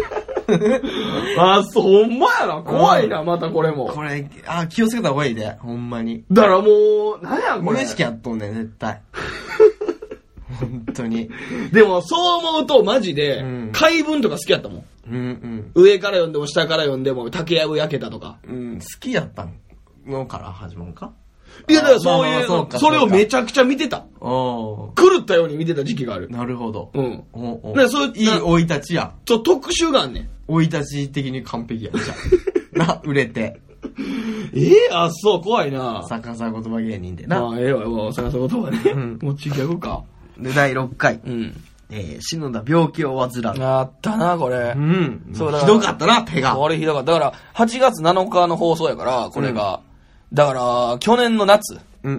[SPEAKER 1] ほんまやな。怖いな、またこれも。
[SPEAKER 2] これ、気をつけた方がいいで、ほんまに。
[SPEAKER 1] だからもう、なんやこれ。
[SPEAKER 2] 無意識やっとんねん、絶対。本当に。
[SPEAKER 1] でも、そう思うと、マジで、回文とか好きやったもん。上から読んでも下から読んでも、竹やぶ焼けたとか。
[SPEAKER 2] 好きやったのから始まるか？
[SPEAKER 1] いや、だからそういう、それをめちゃくちゃ見てた。狂ったように見てた時期がある。
[SPEAKER 2] なるほど。
[SPEAKER 1] そう
[SPEAKER 2] いい生い立ちや。
[SPEAKER 1] 特集があんねん。
[SPEAKER 2] 生い立ち的に完璧やん、じゃあ。売れて。
[SPEAKER 1] そう、怖いな。
[SPEAKER 2] 逆さ言葉芸人でな。
[SPEAKER 1] 逆さ言葉ね。持ちギャグか。
[SPEAKER 2] で、第6回。篠田病気を患う。
[SPEAKER 1] あったな、これ。
[SPEAKER 2] そうだ。ひどかったな、手が。
[SPEAKER 1] これひどかった。だから、8月7日の放送やから、これが。だから、去年の夏。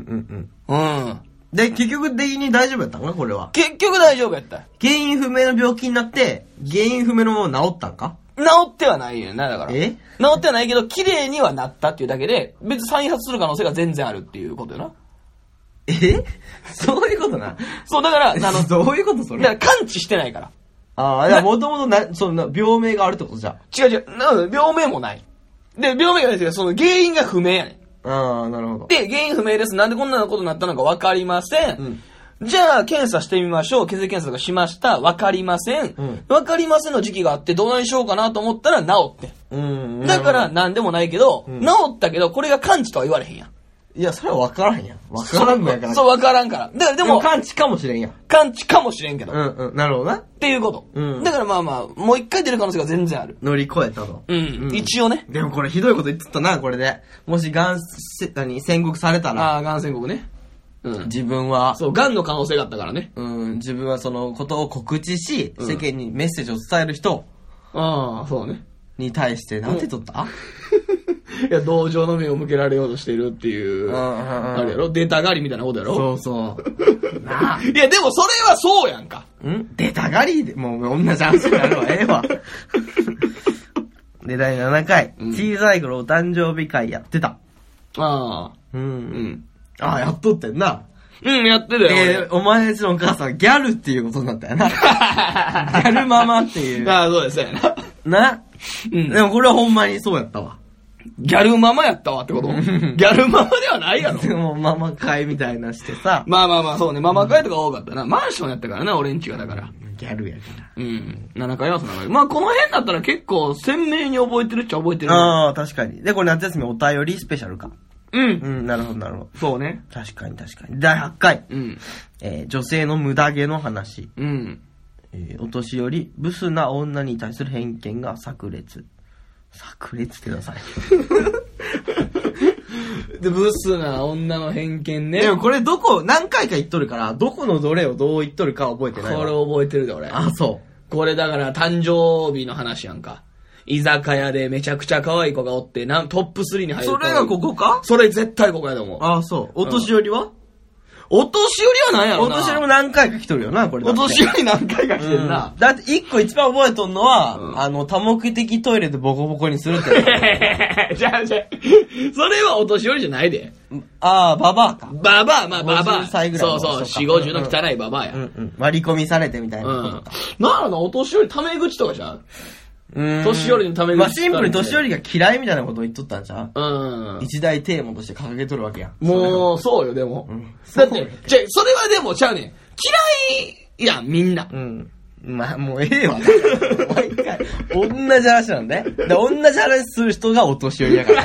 [SPEAKER 2] で、結局的に大丈夫やったんかこれは。
[SPEAKER 1] 結局大丈夫やった。
[SPEAKER 2] 原因不明の病気になって、原因不明のまま治ったんか？
[SPEAKER 1] 治ってはないよな、だから。治ってはないけど、綺麗にはなったっていうだけで、別に再発する可能性が全然あるっていうことよな。
[SPEAKER 2] そういうことな。
[SPEAKER 1] そう、だから、
[SPEAKER 2] どういうことそれ？
[SPEAKER 1] だから感知してないから。
[SPEAKER 2] ああ、いや、もともとそんな、病名があるってことじゃ。
[SPEAKER 1] 違う。病名もない。で、病名がないですけど、その原因が不明やね
[SPEAKER 2] ん。ああ、なるほど。
[SPEAKER 1] で、原因不明です。なんでこんなことになったのかわかりません。じゃあ、検査してみましょう。血液検査とかしました。わかりません。わかりませんの時期があって、どうにしようかなと思ったら治って。だから、なんでもないけど、治ったけど、これが完治とは言われへんやん。
[SPEAKER 2] いや、それは分からへんやん。分からんのやから。
[SPEAKER 1] そう、分からんから。だからでも、
[SPEAKER 2] 完治かもしれんやん。
[SPEAKER 1] 完治かもしれんけど。
[SPEAKER 2] なるほどな。
[SPEAKER 1] っていうこと。だからまあまあ、もう一回出る可能性が全然ある。
[SPEAKER 2] 乗り越えたと。
[SPEAKER 1] 一応ね。
[SPEAKER 2] でもこれひどいこと言っとったな、これで。もし宣告されたら。
[SPEAKER 1] ああ、がん宣告ね。
[SPEAKER 2] 自分は。
[SPEAKER 1] そう、がんの可能性があったからね。
[SPEAKER 2] 自分はそのことを告知し、世間にメッセージを伝える人。
[SPEAKER 1] ああ、そうね。
[SPEAKER 2] に対して、なんて言っとった
[SPEAKER 1] いや、同情の目を向けられようとしてるっていう、あれやろ、出たがりみたいなことやろ。
[SPEAKER 2] そうそう。
[SPEAKER 1] なあ。いや、でもそれはそうやんか。
[SPEAKER 2] 出たがりで、もう同じ話になるわ、ええわ。で、第7回、小さい頃お誕生日会やってた。
[SPEAKER 1] ああ。
[SPEAKER 2] ああ、やっとってんな。
[SPEAKER 1] やってたよ。
[SPEAKER 2] お前んちのお母さんギャルっていうことになったよな。ギャルママっていう。
[SPEAKER 1] ああ、そうですよ
[SPEAKER 2] な。でもこれはほんまにそうやったわ。
[SPEAKER 1] ギャルママやったわってことギャルママではないやろ。
[SPEAKER 2] でもママ会みたいなしてさ。
[SPEAKER 1] まあまあまあ、そうね。ママ会とか多かったな。マンションやったからな、俺んちがだから。
[SPEAKER 2] ギャルやから。
[SPEAKER 1] 7回はその回。まあこの辺だったら結構鮮明に覚えてるっちゃ覚えてる。
[SPEAKER 2] ああ、確かに。で、これ夏休みお便りスペシャルか。なるほど、なるほど。
[SPEAKER 1] そうね。
[SPEAKER 2] 確かに。第8回。女性の無駄毛の話。お年寄り、ブスな女に対する偏見が炸裂。炸裂ってください。
[SPEAKER 1] で、ブスな女の偏見ね。
[SPEAKER 2] でもこれ何回か言っとるから、どこのどれをどう言っとるか覚えてないわ。
[SPEAKER 1] これ覚えてるで、俺。
[SPEAKER 2] あ、そう。
[SPEAKER 1] これだから誕生日の話やんか。居酒屋でめちゃくちゃ可愛い子がおって、トップ3に入る。
[SPEAKER 2] それがここか？
[SPEAKER 1] それ絶対ここやと思う。
[SPEAKER 2] あ、そう。お年寄りは？
[SPEAKER 1] お年寄りは何やろな。
[SPEAKER 2] お年寄りも何回か来とるよな、これ。
[SPEAKER 1] お年寄り何回か来てるな。
[SPEAKER 2] だって一個一番覚えとんのは、多目的トイレでボコボコにするって。
[SPEAKER 1] じゃあ、それはお年寄りじゃないで。
[SPEAKER 2] ああ、ババアか。
[SPEAKER 1] ババア、まあババア。
[SPEAKER 2] 50歳ぐらいの。
[SPEAKER 1] そう、4、50の汚いババアや。
[SPEAKER 2] 割り込みされてみたいなことか。
[SPEAKER 1] なるのお年寄りタメ口とかじゃん。年寄りのために。
[SPEAKER 2] まあ、シンプルに年寄りが嫌いみたいなことを言っとったんじゃん。一大テーマとして掲げとるわけやん。
[SPEAKER 1] もう、そうよ、でも。だって、それはでもちゃうねん。嫌いやん、みんな。
[SPEAKER 2] まあ、もうええわ。毎回、同じ話なんで。同じ話する人がお年寄りだから。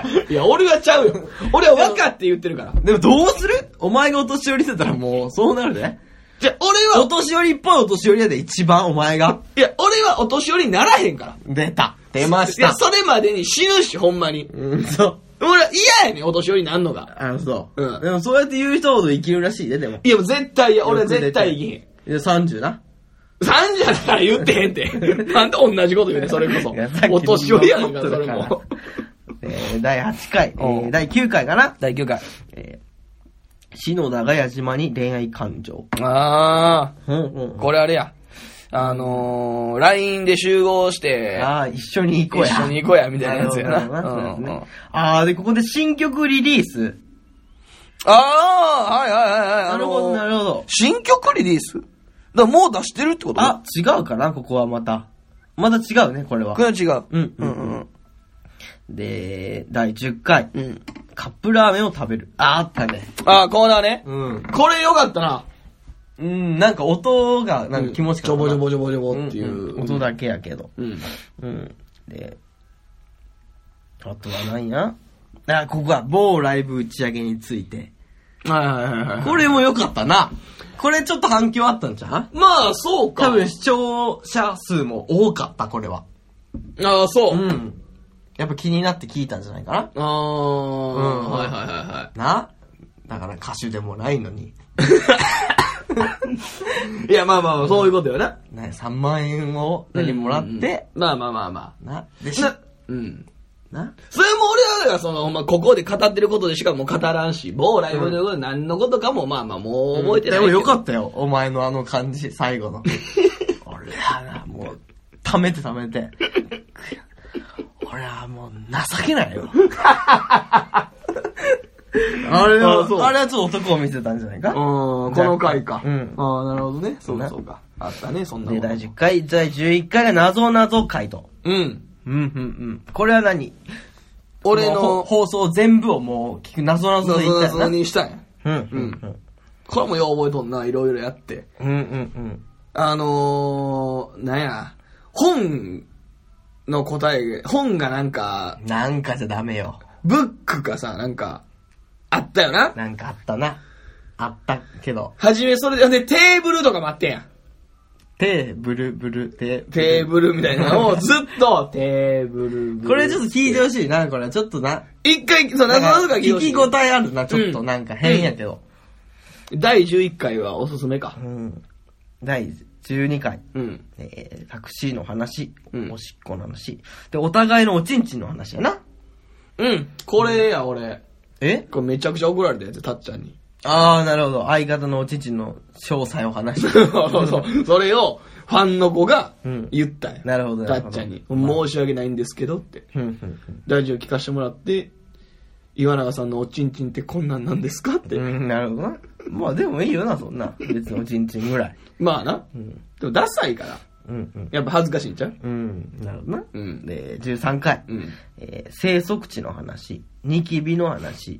[SPEAKER 1] いや、俺はちゃうよ。俺は分かって言ってるから。
[SPEAKER 2] でもどうする？お前がお年寄りしてたらもう、そうなるで。
[SPEAKER 1] じゃ、俺は、
[SPEAKER 2] お年寄りっぽいお年寄りやで、一番お前が。
[SPEAKER 1] いや、俺はお年寄りにならへんから。
[SPEAKER 2] 出ました。
[SPEAKER 1] いや、それまでに死ぬし、ほんまに。
[SPEAKER 2] そう。
[SPEAKER 1] 俺は嫌やねん、お年寄りになんのが。
[SPEAKER 2] そう。でもそうやって言う人ほど生きるらしいで、でも。
[SPEAKER 1] いや、もう絶対嫌。俺は絶対生きへん。い
[SPEAKER 2] や、30な。
[SPEAKER 1] 30だから言ってへんって。なんで同じこと言うねん、それこそ。お年寄りやねんから、それも。
[SPEAKER 2] 第8回、第9回かな？
[SPEAKER 1] 第9回。
[SPEAKER 2] 篠田が矢島に恋愛感情。
[SPEAKER 1] ああ。これあれや。LINE で集合して。
[SPEAKER 2] ああ、一緒に行こうや。
[SPEAKER 1] 一緒に行こうや、みたいなやつやな。
[SPEAKER 2] ああ、で、ここで新曲リリース。
[SPEAKER 1] ああ、はい。
[SPEAKER 2] なるほど、なるほど。
[SPEAKER 1] 新曲リリース？だからもう出してるってこと？
[SPEAKER 2] あ、違うかな、ここはまた。また違うね、これは。
[SPEAKER 1] これは違う。
[SPEAKER 2] で、第10回。カップラーメンを食べる。あったね。
[SPEAKER 1] あ、コーナーね。これよかったな。
[SPEAKER 2] なんか音が、なんか気持ちかったな。
[SPEAKER 1] ジョボっていう。
[SPEAKER 2] 音だけやけど。で、あとは何や？ここは某ライブ打ち上げについて。これもよかったな。これちょっと反響あったんちゃう？
[SPEAKER 1] まあ、そうか。
[SPEAKER 2] 多分視聴者数も多かった、これは。
[SPEAKER 1] ああ、そう。
[SPEAKER 2] やっぱ気になって聞いたんじゃないかな。
[SPEAKER 1] はい。
[SPEAKER 2] な？だから歌手でもないのに。
[SPEAKER 1] いや、まあ、そういうことよな。
[SPEAKER 2] 3万円を何もらって。
[SPEAKER 1] まあ。
[SPEAKER 2] な。
[SPEAKER 1] な。それも俺は、だからここで語ってることでしかもう語らんし、某ライブで何のことかもまあもう覚えてない。
[SPEAKER 2] でもよかったよ、お前のあの感じ、最後の。俺はな、もう、溜めて。俺はもう情けないよ。 あれはちょっと男を見せたんじゃないか。
[SPEAKER 1] この回か。
[SPEAKER 2] うん。
[SPEAKER 1] ああ、なるほどね。そうかそうか。あったね、そんなの。
[SPEAKER 2] で、第10回、第11回が謎々回と。
[SPEAKER 1] うん。
[SPEAKER 2] これは何？俺の放送全部をもう聞く謎々で言ったよな。
[SPEAKER 1] 謎々にしたんや。これもよう覚えとんな、いろいろやって。なんや、本の答え、本がなんかじゃダメよ。ブックかさ、なんか、あったよな。
[SPEAKER 2] なんかあったな。あったけど。
[SPEAKER 1] はじめそれで、テーブルとかもあってんやん。
[SPEAKER 2] テーブル
[SPEAKER 1] みたいなのをずっと、テーブル。
[SPEAKER 2] これちょっと聞いてほしいな、これ。ちょっとな。
[SPEAKER 1] 一回、そう、謎々が
[SPEAKER 2] 聞き応えあるな、ちょっとなんか変やけど。
[SPEAKER 1] 第11回はおすすめか。
[SPEAKER 2] 第12回。タクシーの話、おしっこの話。で、お互いのおちんちんの話やな。
[SPEAKER 1] これや、俺。
[SPEAKER 2] こ
[SPEAKER 1] れめちゃくちゃ怒られたやつ、たっちゃんに。
[SPEAKER 2] あー、なるほど。相方のおちんちんの詳細を話して。
[SPEAKER 1] そう。それを、ファンの子が言ったんや。
[SPEAKER 2] なるほど。
[SPEAKER 1] たっちゃんに。申し訳ないんですけどって。ラジオ聞かせてもらって、岩永さんのおちんちんってこんなんなんですかって。
[SPEAKER 2] なるほどな。まあでもいいよな、そんな。別におちんちんぐらい。
[SPEAKER 1] まあな。でもダサいから。やっぱ恥ずかしいんちゃう？
[SPEAKER 2] なるほどな。で、13回。生息地の話、ニキビの話。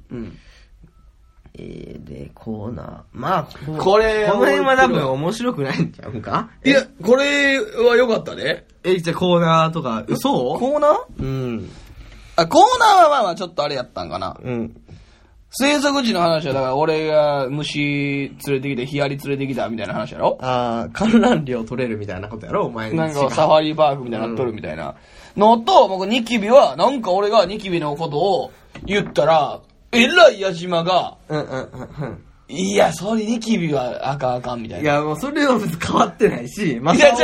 [SPEAKER 2] で、コーナー。まあ、
[SPEAKER 1] これ、
[SPEAKER 2] この辺は多分面白くないんちゃうか？
[SPEAKER 1] いや、これは良かったね。
[SPEAKER 2] じゃあコーナーとか、そう？
[SPEAKER 1] コーナー？コーナーはまあちょっとあれやったんかな。生息地の話は、だから俺が虫連れてきて、ヒアリ連れてきたみたいな話やろ？
[SPEAKER 2] 観覧料取れるみたいなことやろ？お前
[SPEAKER 1] なんかサファリパークみたいなの取るみたいなのと、僕ニキビは、なんか俺がニキビのことを言ったら、えらい矢島が、いや、それニキビはあかんみたいな。
[SPEAKER 2] いや、もうそれは別に変わってないし、
[SPEAKER 1] まあ、だ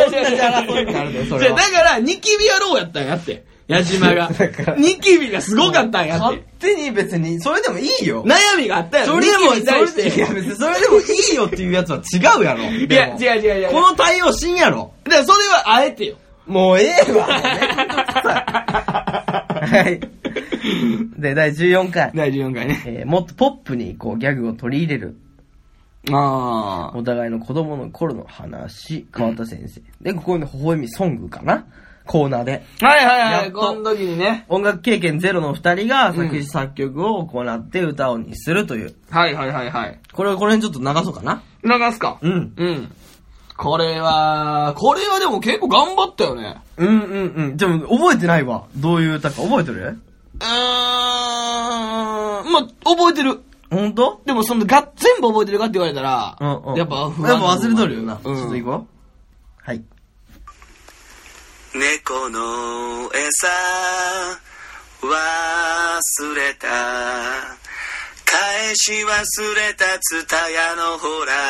[SPEAKER 1] からニキビ野郎やったんやって。矢島が。ニキビがすごかったんやって。
[SPEAKER 2] 勝手に別に、それでもいいよ。
[SPEAKER 1] 悩みがあったやろ。
[SPEAKER 2] それでも、いや別にそれでもいいよっていうやつは違うやろ。
[SPEAKER 1] いや、違う。
[SPEAKER 2] この対応しんやろ。
[SPEAKER 1] だからそれはあえてよ。
[SPEAKER 2] もうええわ。はい。で、第14回。
[SPEAKER 1] 第14回ね。
[SPEAKER 2] もっとポップにこうギャグを取り入れる。お互いの子供の頃の話、川田先生。で、ここに微笑みソングかなコーナーで。
[SPEAKER 1] はい。この時にね。
[SPEAKER 2] 音楽経験ゼロの二人が作詞作曲を行って歌をにするという。
[SPEAKER 1] はい。
[SPEAKER 2] この辺ちょっと流そうかな。
[SPEAKER 1] 流すか。これはでも結構頑張ったよね。
[SPEAKER 2] でも覚えてないわ。どういう歌か覚えてる？
[SPEAKER 1] まあ、覚えてる。
[SPEAKER 2] ほんと？
[SPEAKER 1] でも全部覚えてるかって言われたら、やっぱ不安。
[SPEAKER 2] やっぱ忘れとるよな。ちょっと行こう。はい。
[SPEAKER 3] 猫の餌忘れた返し忘れたツタヤのほら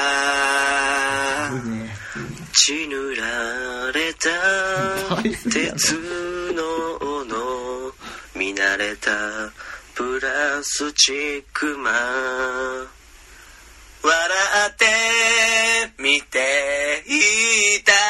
[SPEAKER 3] 血塗られた鉄の斧見慣れたプラスチックマン笑って見ていた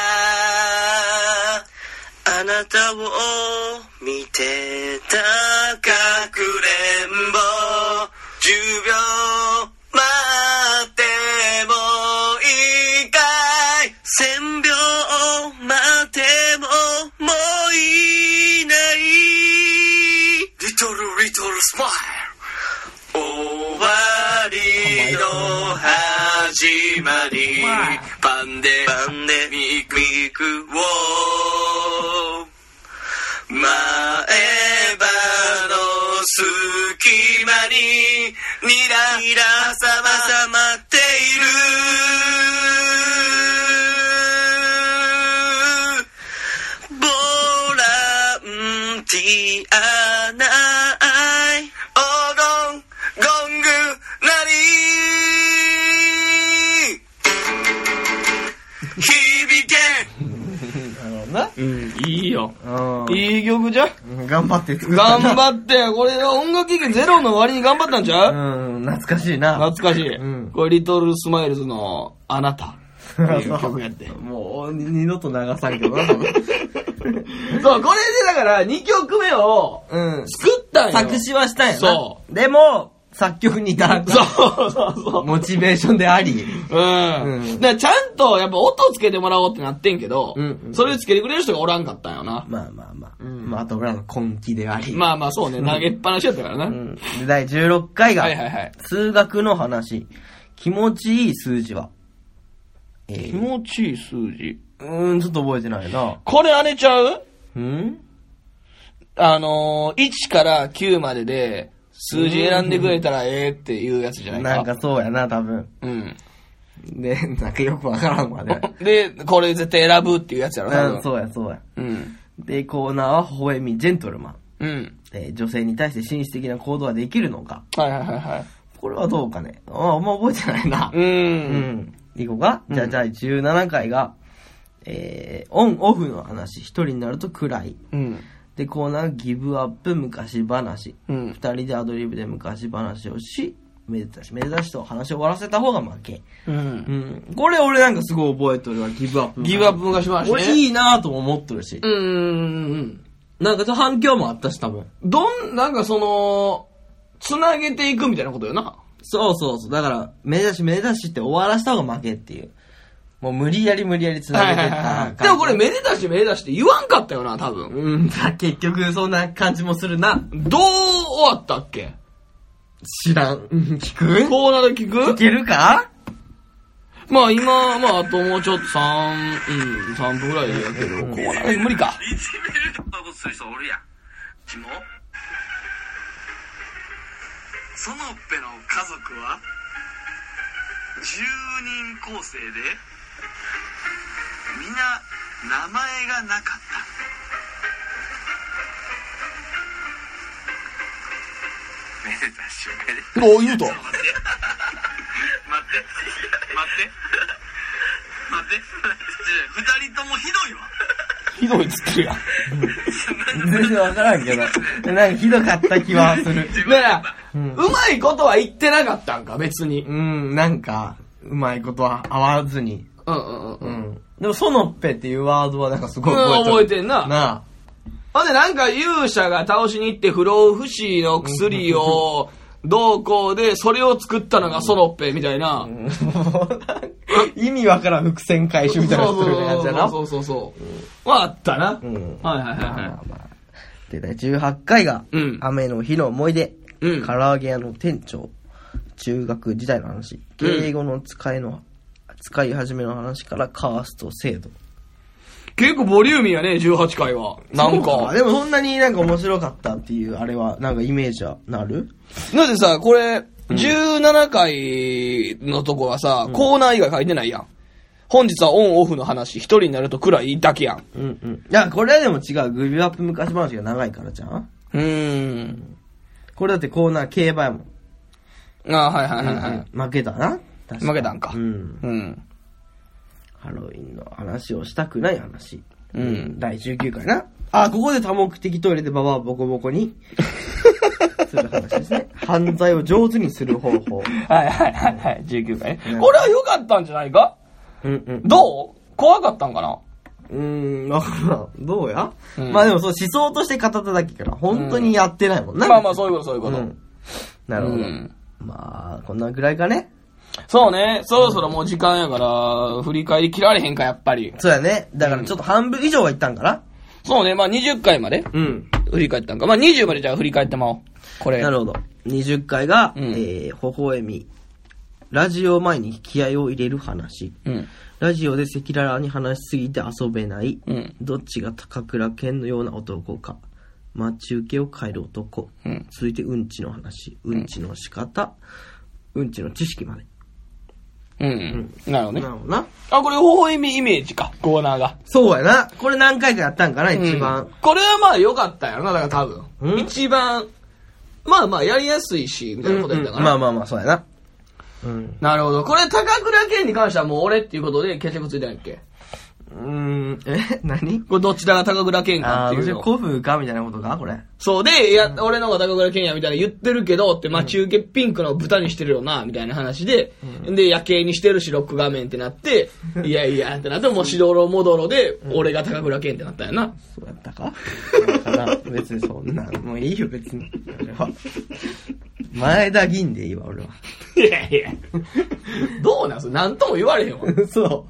[SPEAKER 3] あなたを見てたかくれんぼ10秒待ってもいいかい1000秒待ってももういないリトルスマイル終わりの始まりパンデミクを前歯の隙間にニラさまっているボランティアない黄金ゴングなり響け
[SPEAKER 1] いいよ。いい曲じゃん。
[SPEAKER 2] 頑張って
[SPEAKER 1] 作ったな。頑張ってよ。これは音楽経験ゼロの割に頑張ったんちゃ
[SPEAKER 2] う？懐かしいな。
[SPEAKER 1] 懐かしい。これリトルスマイルズのあなた。曲やって。
[SPEAKER 2] もう二度と流さんけどな。そう、これで
[SPEAKER 1] だから2曲目を作ったんよ。
[SPEAKER 2] 作詞はしたんやな。
[SPEAKER 1] そう。
[SPEAKER 2] でも、 作曲にいた
[SPEAKER 1] そう。
[SPEAKER 2] モチベーションであり。
[SPEAKER 1] だからちゃんとやっぱ音つけてもらおうってなってんけど、それつけてくれる人がおらんかったんよな。
[SPEAKER 2] まあ。まあ、あと俺らの根気であり。
[SPEAKER 1] まあそうね、投げっぱなしやったからな。
[SPEAKER 2] で、第16回が、数学の話。気持ちいい数字は。
[SPEAKER 1] 気持ちいい数字。
[SPEAKER 2] ちょっと覚えてないな。
[SPEAKER 1] これあれちゃう1から9までで、数字選んでくれたらええっていうやつじゃないか。
[SPEAKER 2] なんかそうやな、多分。で、なんかよくわからんわね。
[SPEAKER 1] で、これ絶対選ぶっていうやつやろ、多分。
[SPEAKER 2] そうや。で、コーナーは微笑み、ジェントルマ
[SPEAKER 1] ン。
[SPEAKER 2] 女性に対して紳士的な行動はできるのか。
[SPEAKER 1] はい。
[SPEAKER 2] これはどうかね。あんま覚えてないな。いこうか。じゃあ、第17回が、オンオフの話。一人になると暗い。で、コーナーギブアップ昔話。二人でアドリブで昔話をし、めでたしと話を終わらせた方が負け。これ俺なんかすごい覚えとるわ、ギブアップ。
[SPEAKER 1] ギブアップ昔話ね。
[SPEAKER 2] 俺いいなぁとも思っとるし。なんか反響もあったし、多分。
[SPEAKER 1] なんかつなげていくみたいなことよな。
[SPEAKER 2] そう。だから、めでたしって終わらせた方が負けっていう。もう無理やりつなげてった。
[SPEAKER 1] でもこれめでたしって言わんかったよな、多分。
[SPEAKER 2] 結局そんな感じもするな。
[SPEAKER 1] どう終わったっけ？
[SPEAKER 2] 知らん。聞く？
[SPEAKER 1] コーナーで聞く？
[SPEAKER 2] 聞けるか？
[SPEAKER 1] まあ今、あともうちょっと3分ぐらいやけど、コーナーで無理か。
[SPEAKER 3] いじめることする人おるやん。キモ？そのっぺの家族は10人構成でみんな名前がなかった。めでたしめでたし。
[SPEAKER 1] 言うと。
[SPEAKER 3] 待って2人ともひどいわ。
[SPEAKER 1] ひどいっつってるやん。
[SPEAKER 2] 全然わからんけど。なんかひどかった気はする。
[SPEAKER 1] だから、うまいことは言ってなかったんか、別に。
[SPEAKER 2] なんか、うまいことは合わずに。でも、そのっぺっていうワードはなんかすごい
[SPEAKER 1] 覚えてんな。
[SPEAKER 2] なあ。
[SPEAKER 1] ほんでなんか勇者が倒しに行って不老不死の薬をどうこうで、それを作ったのがソロッペみたいな。
[SPEAKER 2] 意味わからん伏線回収みたいなやつやな。
[SPEAKER 1] そう。あったな。はい。
[SPEAKER 2] で、第18回が、雨の日の思い出。唐揚げ屋の店長。中学時代の話。敬語の使い始めの話からカースト制度。
[SPEAKER 1] 結構ボリューミーやね、18回は。なんか。
[SPEAKER 2] でもそんなになんか面白かったっていう、あれは、なんかイメージはなる？
[SPEAKER 1] だってさ、これ、17回のとこはさ、コーナー以外書いてないやん。本日はオンオフの話、一人になると暗いだけやん。
[SPEAKER 2] いや、これはでも違う。グビアップ昔話が長いからじゃん？これだってコーナー競馬やもん。
[SPEAKER 1] はい。
[SPEAKER 2] 負けたな。
[SPEAKER 1] 負けたんか。
[SPEAKER 2] ハロウィンの話をしたくない話。第19回な。ここで多目的トイレでババアボコボコにする話ですね。犯罪を上手にする方法。
[SPEAKER 1] はい。19回ね。これは良かったんじゃないか？どう？怖かったんかな？
[SPEAKER 2] わからん。どうや？まあでもそう思想として語っただけから、本当にやってないもんな。
[SPEAKER 1] まあそういうこと。
[SPEAKER 2] なるほど。まあ、こんなぐらいかね。
[SPEAKER 1] そうね。そろそろもう時間やから、振り返り切られへんか、やっぱり。
[SPEAKER 2] そうやね。だからちょっと半分以上はいったんかな。
[SPEAKER 1] そうね。まあ20回まで。振り返ったんか。まあ20までじゃあ振り返ってまおう。これ。
[SPEAKER 2] なるほど。20回が、微笑み。ラジオ前に気合を入れる話。ラジオで赤裸々に話しすぎて遊べない。どっちが高倉健のような男か。待ち受けを変える男。続いてうんちの話。うんちの仕方。うんちの知識まで。
[SPEAKER 1] なるほどね。
[SPEAKER 2] なるほどな。
[SPEAKER 1] これ微笑みイメージか、コーナーが。
[SPEAKER 2] そうやな。これ何回かやったんかな、一番。
[SPEAKER 1] これはまあ良かったよな、だから多分。一番、まあやりやすいし、みたいなことやったから。
[SPEAKER 2] まあ、そうやな。
[SPEAKER 1] なるほど。これ、高倉健に関してはもう俺っていうことで決着ついてないっけ？
[SPEAKER 2] 何？
[SPEAKER 1] これどっちだが高倉健かっていうの。
[SPEAKER 2] 古風かみたいなことかこれ。
[SPEAKER 1] そうで、俺の方が高倉健やみたいな言ってるけどって、中継ピンクの豚にしてるよな、みたいな話で、で、夜景にしてるし、ロック画面ってなって、いやってなって、もうしどろもどろで、俺が高倉健ってなったんやな。
[SPEAKER 2] そうやったか別にそんな、もういいよ別に。 前田銀でいいわ、俺は。
[SPEAKER 1] いやいや。どうなんすなんとも言われへんわ。
[SPEAKER 2] そう。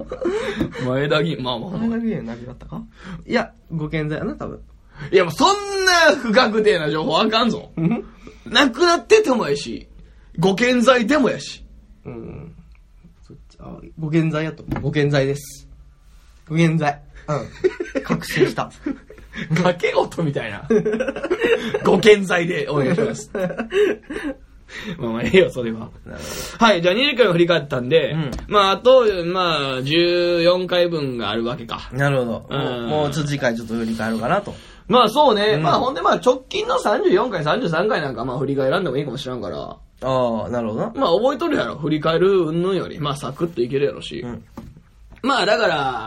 [SPEAKER 1] 前田銀、まあまあ。
[SPEAKER 2] 前田銀は何だったか？いや、ご健在やな、多分。
[SPEAKER 1] いや、もうそんな不確定な情報あかんぞ。亡くなっててもやし、ご健在でもやし。
[SPEAKER 2] そっち、ご健在やと。ご健在です。ご健在。確信した。
[SPEAKER 1] 掛け事みたいな。ご健在でお願いします。まあええよ、それは。はい、じゃあ20回を振り返ったんで、まああと、14回分があるわけか。
[SPEAKER 2] なるほど。もうちょっと次回ちょっと振り返ろうかなと。
[SPEAKER 1] まあそうね。まあほんで直近の34回、33回なんか振り返らんでもいいかもしらんから。
[SPEAKER 2] ああ、なるほどな。
[SPEAKER 1] まあ覚えとるやろ。振り返る云々より。まあサクッといけるやろし。まあだから、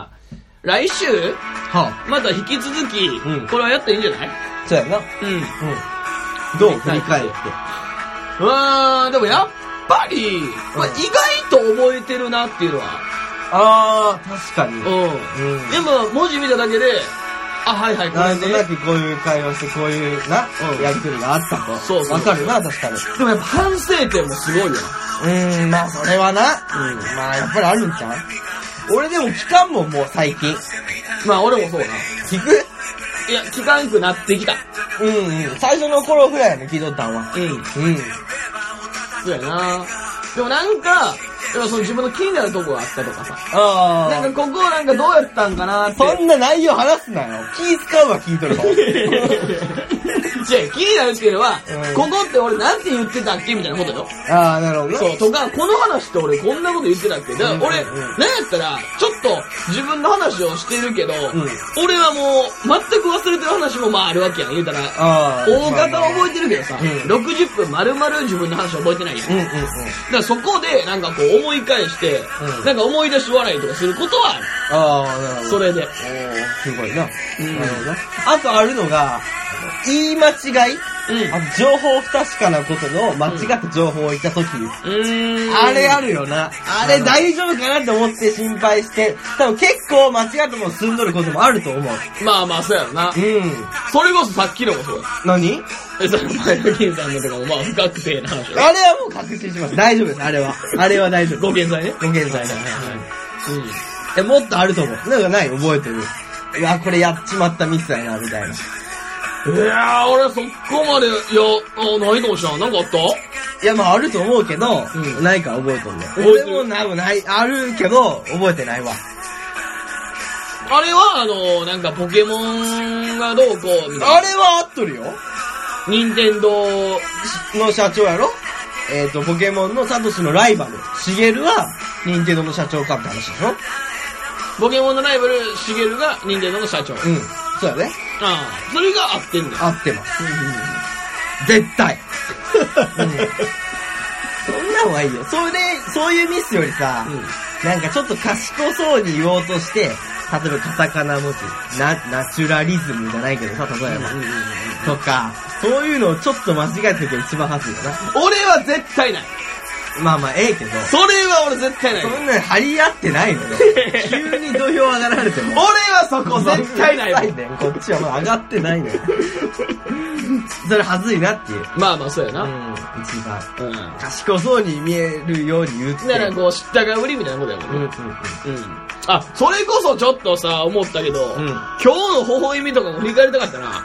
[SPEAKER 1] 来週、また引き続き、これはやったらいいんじゃない？
[SPEAKER 2] そうやな。どう振り返って。
[SPEAKER 1] でもやっぱり、意外と覚えてるなっていうのは。
[SPEAKER 2] 確かに。
[SPEAKER 1] でも文字見ただけで、はいはい、これね。
[SPEAKER 2] なんとなくこういう会話して、こういうやりとりがあったと。そうそう。わかるな、確かに。
[SPEAKER 1] でもやっぱ反省点もすごいよ
[SPEAKER 2] な。まあそれはな。まあやっぱりあるんちゃう？俺でも聞かんもん、もう最近。
[SPEAKER 1] まあ俺もそうな。
[SPEAKER 2] 聞く？
[SPEAKER 1] いや、聞かんくなってきた。
[SPEAKER 2] 最初の頃ぐらいの聞いとったんは。
[SPEAKER 1] そうやな。でもなんか、その自分の気になるとこがあったとかさ。なんかここなんかどうやったんかなって。
[SPEAKER 2] そんな内容話すなよ。気使うわ、聞いとると。
[SPEAKER 1] 気になるっていうのは、ここって俺なんて言ってたっけみたいなことよ。
[SPEAKER 2] なるほどね。
[SPEAKER 1] そう、とか、この話って俺こんなこと言ってたっけだから俺、なんやったら、ちょっと自分の話をしてるけど、俺はもう、全く忘れてる話もあるわけやん。言うたら、大方は覚えてるけどさ、60分丸々自分の話覚えてないやん。だからそこで、なんかこう思い返して、なんか思い出し笑いとかすることはある。なるほど。それで。
[SPEAKER 2] すごいな。なるほど。あとあるのが、言い間違い、情報不確かなことの間違った情報を言ったとき、あれあるよな。あれ大丈夫かなって思って心配して、多分結構間違ったもの進んどることもあると思う。
[SPEAKER 1] まあまあそうやろな。それこそさっきのもそうや。
[SPEAKER 2] 何？
[SPEAKER 1] その前の金さんのとかも不確定な話。
[SPEAKER 2] あれはもう確信します。大丈夫です、あれは。あれは大丈夫。
[SPEAKER 1] ご健在ね。
[SPEAKER 2] ご健在ね。もっとあると思う。なんかない？覚えてる。うわ、これやっちまったミスやな、みたいな。
[SPEAKER 1] いやー、俺そこまで、ないかもしれん。なんかあった？
[SPEAKER 2] いや、まああると思うけど、ないから覚えとんね。俺もない、あるけど、覚えてないわ。
[SPEAKER 1] あれは、なんかポケモンがどうこう、みたいな。
[SPEAKER 2] あれは合っとるよ。
[SPEAKER 1] 任天堂
[SPEAKER 2] の社長やろ？ポケモンのサトシのライバル、シゲルは、任天堂の社長かって話でしょ？
[SPEAKER 1] ポケモンのライバル、シゲルが任天堂の社長。
[SPEAKER 2] そうやね。
[SPEAKER 1] それが合ってんだよ。
[SPEAKER 2] 合ってます。絶対。そんなのはいいよ。そういうミスよりさ、なんかちょっと賢そうに言おうとして、例えばカタカナ文字、ナチュラリズムじゃないけどさ、例えば。とか、そういうのをちょっと間違えた時が一番恥ずいよな。
[SPEAKER 1] 俺は絶対ない。
[SPEAKER 2] まあまあ、ええけど。
[SPEAKER 1] それは俺絶対ない。
[SPEAKER 2] そんなに張り合ってないのよ。急に土俵上がられても。
[SPEAKER 1] 俺はそこ絶対ないわ。
[SPEAKER 2] こっちはまあ上がってないのよ。それ恥ずいなっていう。
[SPEAKER 1] まあまあ、そうやな。
[SPEAKER 2] 一番。賢そうに見えるように言って。
[SPEAKER 1] だからこう、知ったかぶりみたいなことやもんね。それこそちょっとさ、思ったけど、今日の微笑みとかも振り返りたかったな。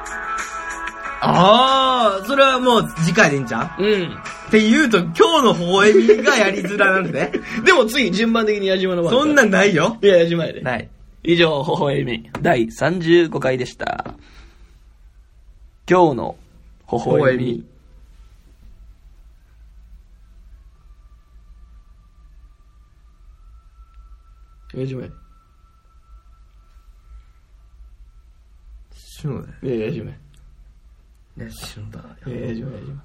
[SPEAKER 2] それはもう次回でいいんちゃう？って言うと、今日の微笑みがやりづらなんで。
[SPEAKER 1] でも次、順番的に矢島の番。
[SPEAKER 2] そんなんないよ。
[SPEAKER 1] いや、矢島やで。
[SPEAKER 2] ない。
[SPEAKER 1] 以上、微笑み、第35回でした。今日の微笑み。矢島やで。
[SPEAKER 2] そうだよ。
[SPEAKER 1] いや、矢島や。
[SPEAKER 2] 矢島だ。
[SPEAKER 1] 矢島、矢島。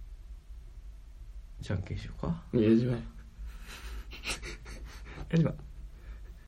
[SPEAKER 2] じゃんけんしようか。
[SPEAKER 1] 矢島や。矢島。